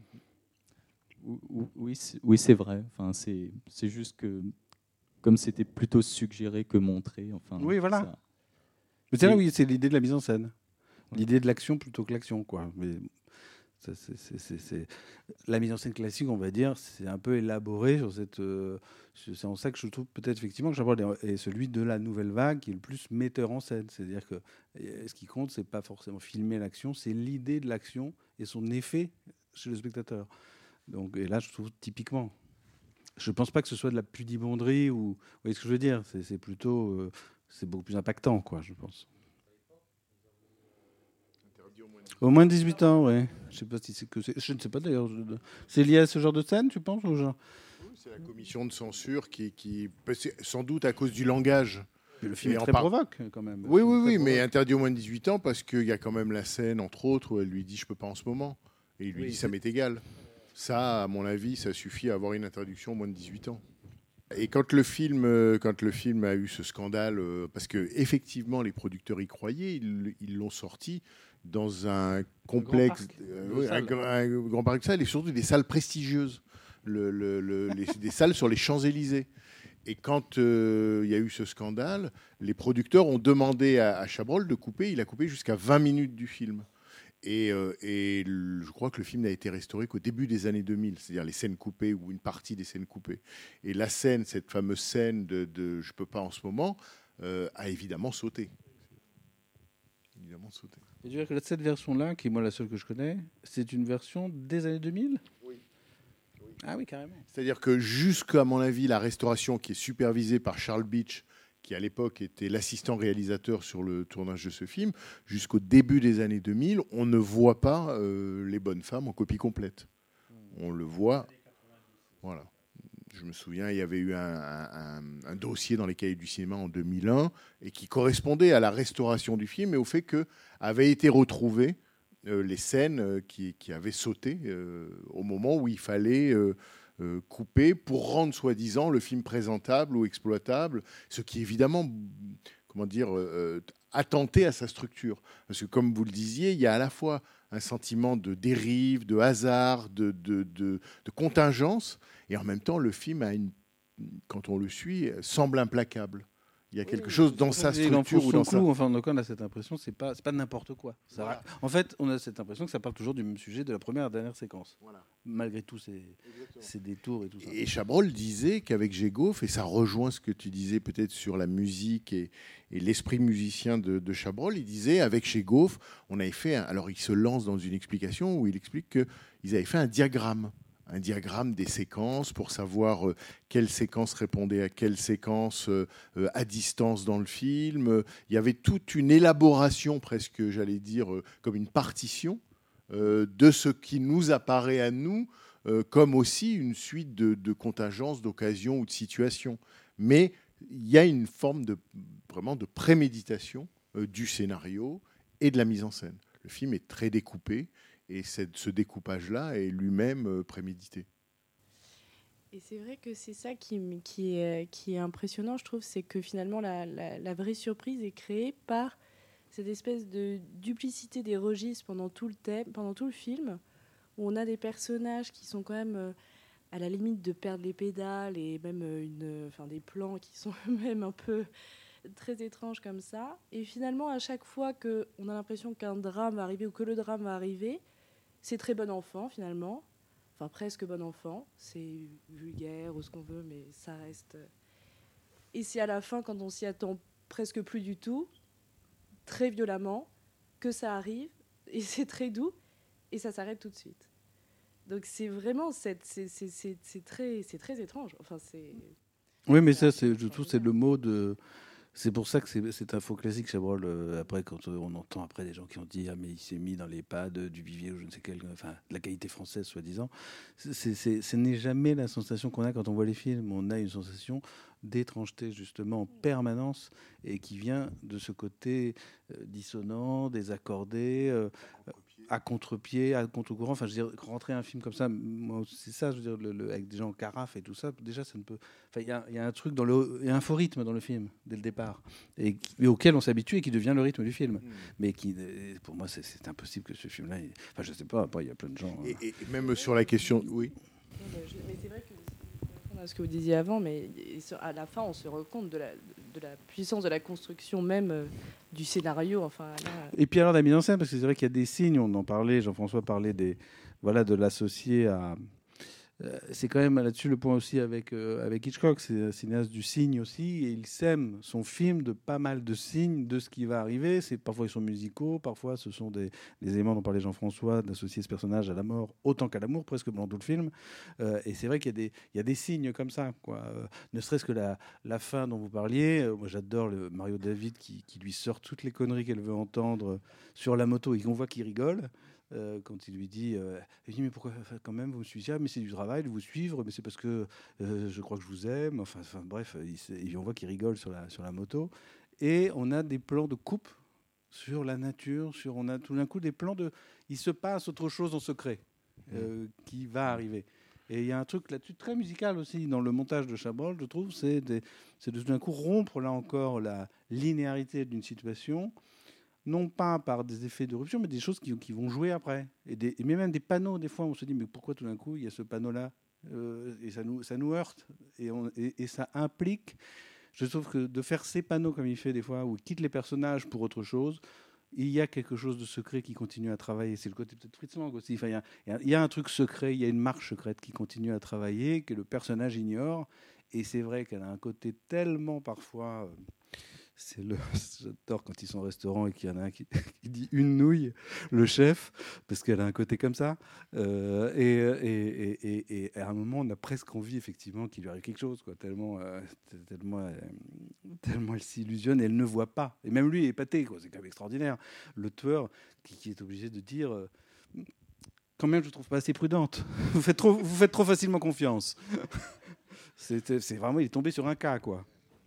S7: Oui, c'est vrai. Enfin, c'est juste que, comme c'était plutôt suggéré que montré. Enfin,
S6: oui, voilà. Mais c'est là, oui, c'est l'idée de la mise en scène. L'idée de l'action plutôt que l'action, quoi. Mais c'est la mise en scène classique, on va dire, c'est un peu élaboré sur cette. C'est en ça que je trouve peut-être effectivement que Chabrol est celui de la nouvelle vague qui est le plus metteur en scène. C'est-à-dire que ce qui compte, c'est pas forcément filmer l'action, c'est l'idée de l'action et son effet chez le spectateur. Donc, et là, je trouve typiquement. Je ne pense pas que ce soit de la pudibonderie ou. Vous voyez ce que je veux dire ? C'est plutôt. C'est beaucoup plus impactant, quoi, je pense. Au moins de 18 ans, oui. Je ne sais pas si c'est que c'est. Je ne sais pas d'ailleurs. C'est lié à ce genre de scène, tu penses ou genre...
S4: Oui, c'est la commission de censure qui sans doute à cause du langage.
S6: Mais le film est très provoque, quand même.
S4: Oui, mais interdit au moins de 18 ans parce qu'il y a quand même la scène, entre autres, où elle lui dit « je ne peux pas en ce moment ». Et il lui dit « ça m'est égal ». Ça, à mon avis, ça suffit à avoir une interdiction au moins de 18 ans. Et quand le film a eu ce scandale, parce que effectivement les producteurs y croyaient, ils l'ont sorti dans un complexe, un grand parc de salles et surtout des salles prestigieuses, des salles sur les Champs-Élysées. Et quand il y a eu ce scandale, les producteurs ont demandé à Chabrol de couper. Il a coupé jusqu'à 20 minutes du film. Et je crois que le film n'a été restauré qu'au début des années 2000, c'est-à-dire les scènes coupées ou une partie des scènes coupées. Et la scène, cette fameuse scène de je peux pas en ce moment, a évidemment sauté.
S6: Et tu veux dire que cette version-là, qui est moi la seule que je connais, c'est une version des années 2000 ?
S4: Oui.
S6: Ah oui, carrément.
S4: C'est-à-dire que jusqu'à mon avis, la restauration qui est supervisée par Charles Beach, qui à l'époque était l'assistant réalisateur sur le tournage de ce film, jusqu'au début des années 2000, on ne voit pas les bonnes femmes en copie complète. On le voit. Voilà. Je me souviens, il y avait eu un dossier dans les cahiers du cinéma en 2001 et qui correspondait à la restauration du film et au fait qu'avaient été retrouvées les scènes qui avaient sauté au moment où il fallait... coupé pour rendre soi-disant le film présentable ou exploitable, ce qui évidemment, attentait à sa structure. Parce que comme vous le disiez, il y a à la fois un sentiment de dérive, de hasard, de contingence, et en même temps le film quand on le suit, semble implacable. Il y a quelque chose dans sa structure ou dans sa...
S6: Enfin, donc on a cette impression, c'est pas n'importe quoi. Voilà. En fait, on a cette impression que ça parle toujours du même sujet de la première à la dernière séquence. Voilà. Malgré tous ces détours et tout ça.
S4: Et Chabrol disait qu'avec Gégoff, et ça rejoint ce que tu disais peut-être sur la musique et l'esprit musicien de Chabrol, il disait avec Gégoff, on avait fait... Alors il se lance dans une explication où il explique qu'ils avaient fait un diagramme des séquences pour savoir quelle séquence répondait à quelle séquence à distance dans le film. Il y avait toute une élaboration, presque, j'allais dire, comme une partition de ce qui nous apparaît à nous comme aussi une suite de contingences, d'occasions ou de situations. Mais il y a une forme vraiment de préméditation du scénario et de la mise en scène. Le film est très découpé. Et ce découpage-là est lui-même prémédité.
S8: Et c'est vrai que c'est ça qui est impressionnant, je trouve, c'est que finalement la vraie surprise est créée par cette espèce de duplicité des registres pendant tout le film, où on a des personnages qui sont quand même à la limite de perdre les pédales et même des plans qui sont même un peu très étranges comme ça. Et finalement, à chaque fois qu'on a l'impression qu'un drame va arriver ou que le drame va arriver, c'est très bon enfant finalement. Enfin, presque bon enfant. C'est vulgaire ou ce qu'on veut, mais ça reste... Et c'est à la fin, quand on s'y attend presque plus du tout, très violemment, que ça arrive, et c'est très doux, et ça s'arrête tout de suite. Donc c'est vraiment... c'est très étrange. Enfin, c'est...
S6: Oui, mais ça, je trouve c'est le mot de... C'est pour ça que c'est un faux classique, Chabrol. Après, quand on entend après des gens qui ont dit « Ah, mais il s'est mis dans les pas du Vivier ou je ne sais quel... » Enfin, de la qualité française, soi-disant. Ce n'est jamais la sensation qu'on a quand on voit les films. On a une sensation d'étrangeté, justement, en permanence, et qui vient de ce côté dissonant, désaccordé, à contre-pied, à contre-courant. Enfin, je veux dire, rentrer un film comme ça, moi, c'est ça, je veux dire, avec des gens en carafe et tout ça, déjà, ça ne peut... Enfin, il y a un truc il y a un faux rythme dans le film, dès le départ, et auquel on s'habitue et qui devient le rythme du film. Mais qui, pour moi, c'est impossible que ce film-là... Enfin, je ne sais pas, après, il y a plein de gens...
S4: Et même sur la question... Oui.
S8: Mais c'est vrai que... à ce que vous disiez avant, mais à la fin, on se rend compte de la puissance de la construction même du scénario. Enfin, là...
S6: Et puis alors la mise en scène, parce que c'est vrai qu'il y a des signes, on en parlait, Jean-François parlait de l'associer à... c'est quand même là-dessus le point aussi avec Hitchcock, c'est un cinéaste du signe aussi, et il sème son film de pas mal de signes de ce qui va arriver. Parfois ils sont musicaux, parfois ce sont des éléments dont parlait Jean-François, d'associer ce personnage à la mort autant qu'à l'amour, presque dans tout le film. Et c'est vrai qu'il y a des signes comme ça, quoi. Ne serait-ce que la fin dont vous parliez, moi j'adore le Mario David qui lui sort toutes les conneries qu'elle veut entendre sur la moto et qu'on voit qu'il rigole. Quand il lui dit, mais pourquoi quand même vous me suivez? Ah, mais c'est du travail de vous suivre, mais c'est parce que je crois que je vous aime. Enfin bref, on voit qu'il rigole sur la moto. Et on a des plans de coupe sur la nature, on a tout d'un coup des plans il se passe autre chose en secret qui va arriver. Et il y a un truc là-dessus très musical aussi dans le montage de Chabrol, je trouve, c'est de tout d'un coup rompre là encore la linéarité d'une situation. Non pas par des effets de rupture, mais des choses qui vont jouer après. Mais même des panneaux, des fois, on se dit, mais pourquoi tout d'un coup, il y a ce panneau-là et ça nous heurte. Et ça implique, je trouve que de faire ces panneaux comme il fait des fois, où il quitte les personnages pour autre chose, il y a quelque chose de secret qui continue à travailler. C'est le côté peut-être Fritz Lang aussi. Enfin, il y a un truc secret, il y a une marche secrète qui continue à travailler, que le personnage ignore. Et c'est vrai qu'elle a un côté tellement parfois... J'adore quand ils sont au restaurant et qu'il y en a un qui dit une nouille, le chef, parce qu'elle a un côté comme ça. Et à un moment, on a presque envie, effectivement, qu'il lui arrive quelque chose, quoi, tellement elle s'illusionne et elle ne voit pas. Et même lui est épaté, quoi. C'est quand même extraordinaire. Le tueur qui est obligé de dire quand même, je ne trouve pas assez prudente. Vous faites trop facilement confiance. C'est vraiment, il est tombé sur un cas, quoi.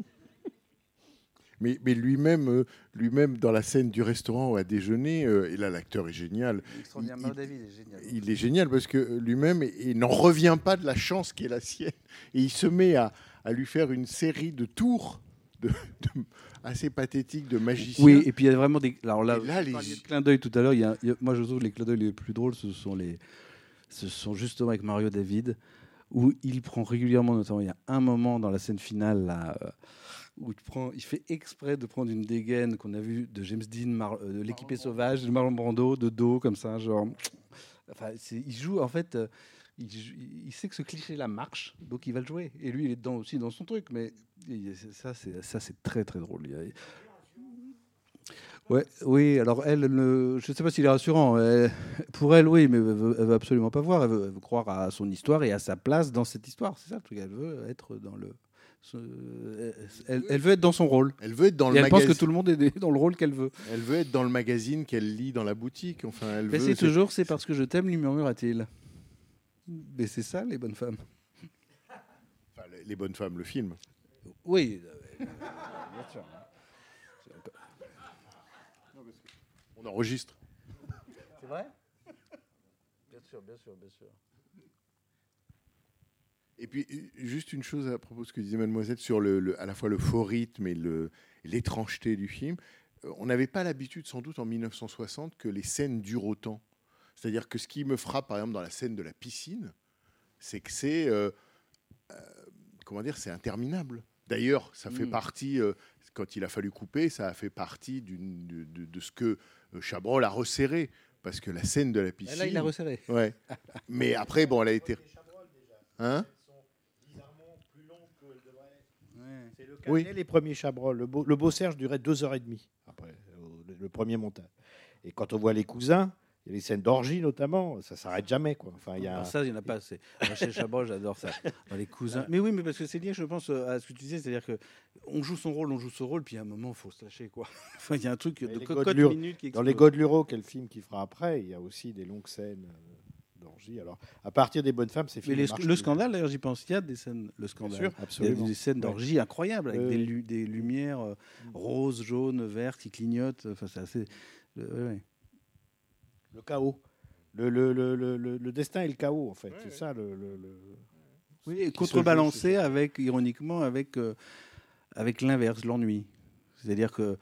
S4: Mais lui-même, dans la scène du restaurant à déjeuner, et là l'acteur est génial.
S6: David est génial.
S4: Il est génial parce que lui-même il n'en revient pas de la chance qui est la sienne. Et il se met à lui faire une série de tours assez pathétiques de magiciens.
S6: Oui, et puis il y a vraiment des... Alors là,
S4: les
S6: clins d'œil tout à l'heure. Moi, je trouve que les clins d'œil les plus drôles, ce sont justement avec Mario David, où il prend régulièrement, notamment, il y a un moment dans la scène finale, là... où il fait exprès de prendre une dégaine qu'on a vue de James Dean, de L'équipé sauvage, de Marlon Brando, de dos, comme ça, genre... Enfin, il joue, en fait, il sait que ce cliché-là marche, donc il va le jouer. Et lui, il est dedans aussi dans son truc, mais ça, c'est très, très drôle. Ouais, oui, alors elle, je ne sais pas s'il est rassurant. Pour elle, oui, mais elle veut absolument pas voir. Elle veut croire à son histoire et à sa place dans cette histoire. C'est ça le truc, elle veut être dans le... Elle veut être dans son rôle.
S4: Elle veut être dans le
S6: magazine. Elle pense que
S4: magazine.
S6: tout le monde est dans le rôle qu'elle veut.
S4: Elle veut être dans le magazine qu'elle lit dans la boutique. Enfin,
S6: c'est toujours c'est parce que je t'aime, lui murmura-t-il. Mais c'est ça, les bonnes femmes.
S4: Enfin, les bonnes femmes, le film.
S6: Oui, bien sûr.
S4: On enregistre.
S6: C'est vrai ? Bien sûr, bien sûr, bien sûr.
S4: Et puis, juste une chose à propos de ce que disait Mademoiselle sur à la fois le faux rythme et l'étrangeté du film. on n'avait pas l'habitude, sans doute, en 1960, que les scènes durent autant. C'est-à-dire que ce qui me frappe, par exemple, dans la scène de la piscine, c'est que c'est c'est interminable. D'ailleurs, ça fait partie, quand il a fallu couper, ça a fait partie de ce que Chabrol a resserré. Parce que la scène de la piscine...
S6: Là, il a resserré.
S4: Ouais. Mais après, bon, elle a été... Hein ?
S2: C'est le Canet, les premiers Chabrol. Le Beau Serge durait 2h30 après le premier montage. Et quand on voit les cousins, il y a les scènes d'orgie notamment, ça s'arrête jamais, quoi. Enfin,
S6: Alors ça, il n'y en a pas assez. Moi, chez Chabrol, j'adore ça. Dans les cousins. Mais oui, mais parce que c'est lié, je pense, à ce que tu disais, c'est-à-dire que on joue son rôle, puis à un moment, il faut se lâcher, quoi. Enfin, il y a un truc de cocotte minute qui explose.
S2: Dans Les Godelureaux, quel film qu'il fera après, il y a aussi des longues scènes d'orgie. Alors, à partir des Bonnes Femmes, c'est fini.
S6: Le scandale, d'ailleurs, j'y pense. Il y a des scènes, le scandale.
S2: Bien sûr, absolument.
S6: Il y a des scènes d'orgie incroyables avec des lumières roses, jaunes, vertes qui clignotent. Enfin, c'est assez.
S2: Le chaos. Le destin et le chaos, en fait. C'est ça
S6: Oui, et contrebalancé ironiquement avec l'inverse, l'ennui. C'est-à-dire que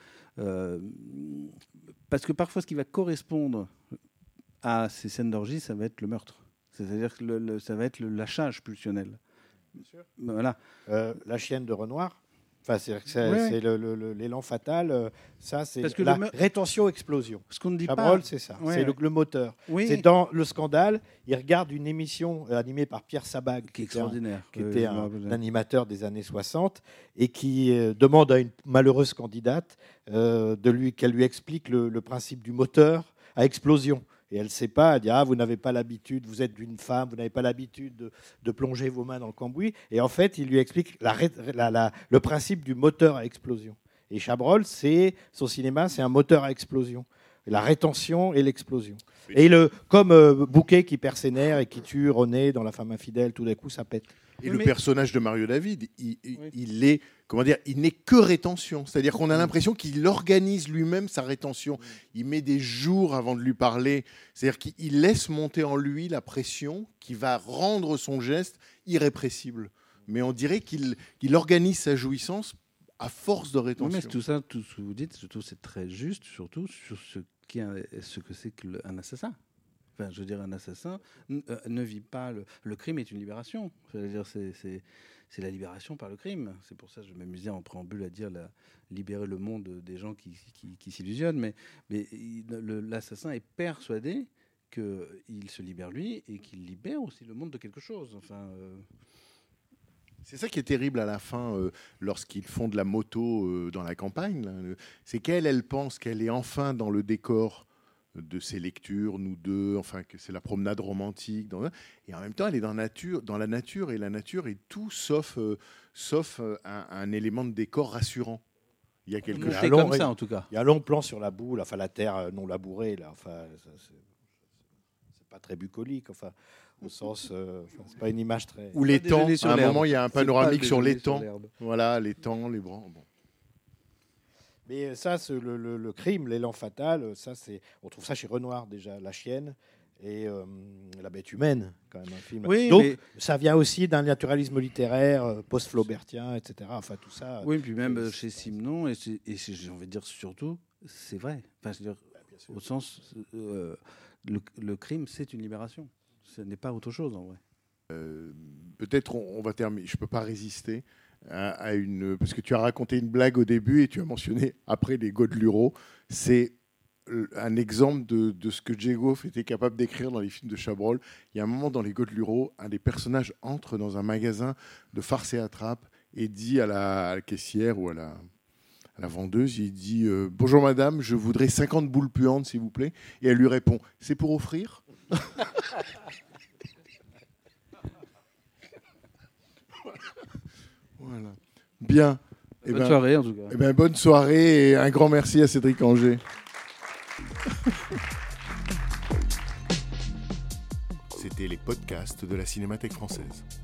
S6: parce que parfois ce qui va correspondre à ces scènes d'orgie, ça va être le meurtre. C'est-à-dire que ça va être le lâchage pulsionnel.
S2: Bien sûr.
S6: Voilà.
S2: La chienne de Renoir. Enfin, c'est l'élan fatal. Ça, c'est la rétention-explosion.
S6: Ce qu'on ne dit
S2: Chabrol,
S6: pas,
S2: c'est ça.
S6: Ouais,
S2: c'est le moteur.
S6: Oui.
S2: C'est dans Le Scandale. Il regarde une émission animée par Pierre Sabag,
S6: qui est extraordinaire,
S2: qui était un animateur des années 60 et qui demande à une malheureuse candidate qu'elle lui explique le principe du moteur à explosion. Et elle ne sait pas, elle dit « Ah, vous n'avez pas l'habitude, vous êtes une femme, vous n'avez pas l'habitude de plonger vos mains dans le cambouis. » Et en fait, il lui explique le principe du moteur à explosion. Et Chabrol, son cinéma, c'est un moteur à explosion. La rétention et l'explosion. Et comme Bouquet qui perd ses nerfs et qui tue René dans La femme infidèle, tout d'un coup, ça pète.
S4: Et le personnage de Mario David, il est, il n'est que rétention. C'est-à-dire qu'on a l'impression qu'il organise lui-même sa rétention. Il met des jours avant de lui parler. C'est-à-dire qu'il laisse monter en lui la pression qui va rendre son geste irrépressible. Mais on dirait qu'il organise sa jouissance à force de rétention.
S6: Oui, mais tout ce que vous dites, je trouve c'est très juste, surtout sur ce que c'est qu'un assassin. Enfin, je veux dire, un assassin ne vit pas... Le crime est une libération. C'est-à-dire, c'est la libération par le crime. C'est pour ça que je m'amusais en préambule à dire libérer le monde des gens qui s'illusionnent. Mais l'assassin est persuadé qu'il se libère lui et qu'il libère aussi le monde de quelque chose. Enfin...
S4: C'est ça qui est terrible à la fin, lorsqu'ils font de la moto dans la campagne. Là, c'est elle pense qu'elle est enfin dans le décor de ses lectures, nous deux, enfin que c'est la promenade romantique. Et en même temps, elle est dans la nature, et la nature est tout sauf un élément de décor rassurant. Il y a quelque chose
S6: comme ça, en tout cas.
S2: Il y a un long plan sur la boue, enfin la terre non labourée, là. Enfin, c'est pas très bucolique, enfin. Au sens, c'est pas une image très.
S4: Ou l'étang. À un moment, il y a un panoramique sur l'étang. Voilà, l'étang, les branches. Bon.
S2: Mais ça, le crime, l'élan fatal, ça, on trouve ça chez Renoir déjà, La chienne et La bête humaine, quand même un film.
S6: Oui,
S2: donc ça vient aussi d'un naturalisme littéraire post-flaubertien, etc. Enfin tout ça.
S6: Oui, puis même chez Simenon et j'ai envie de dire surtout, c'est vrai. Enfin, je veux dire, au sens, le crime, c'est une libération. Ce n'est pas autre chose en vrai.
S4: Peut-être on va terminer. Je peux pas résister à une, parce que tu as raconté une blague au début et tu as mentionné après les Godelureaux. C'est un exemple de ce que Djegoff était capable d'écrire dans les films de Chabrol. Il y a un moment dans les Godelureaux, un des personnages entre dans un magasin de farce et attrape et dit à la caissière ou à la vendeuse, il dit bonjour madame, je voudrais 50 boules puantes s'il vous plaît. Et elle lui répond, c'est pour offrir. Voilà. Bien.
S6: Bonne soirée en tout cas.
S4: Bonne soirée et un grand merci à Cédric Angers. C'était les podcasts de la Cinémathèque française.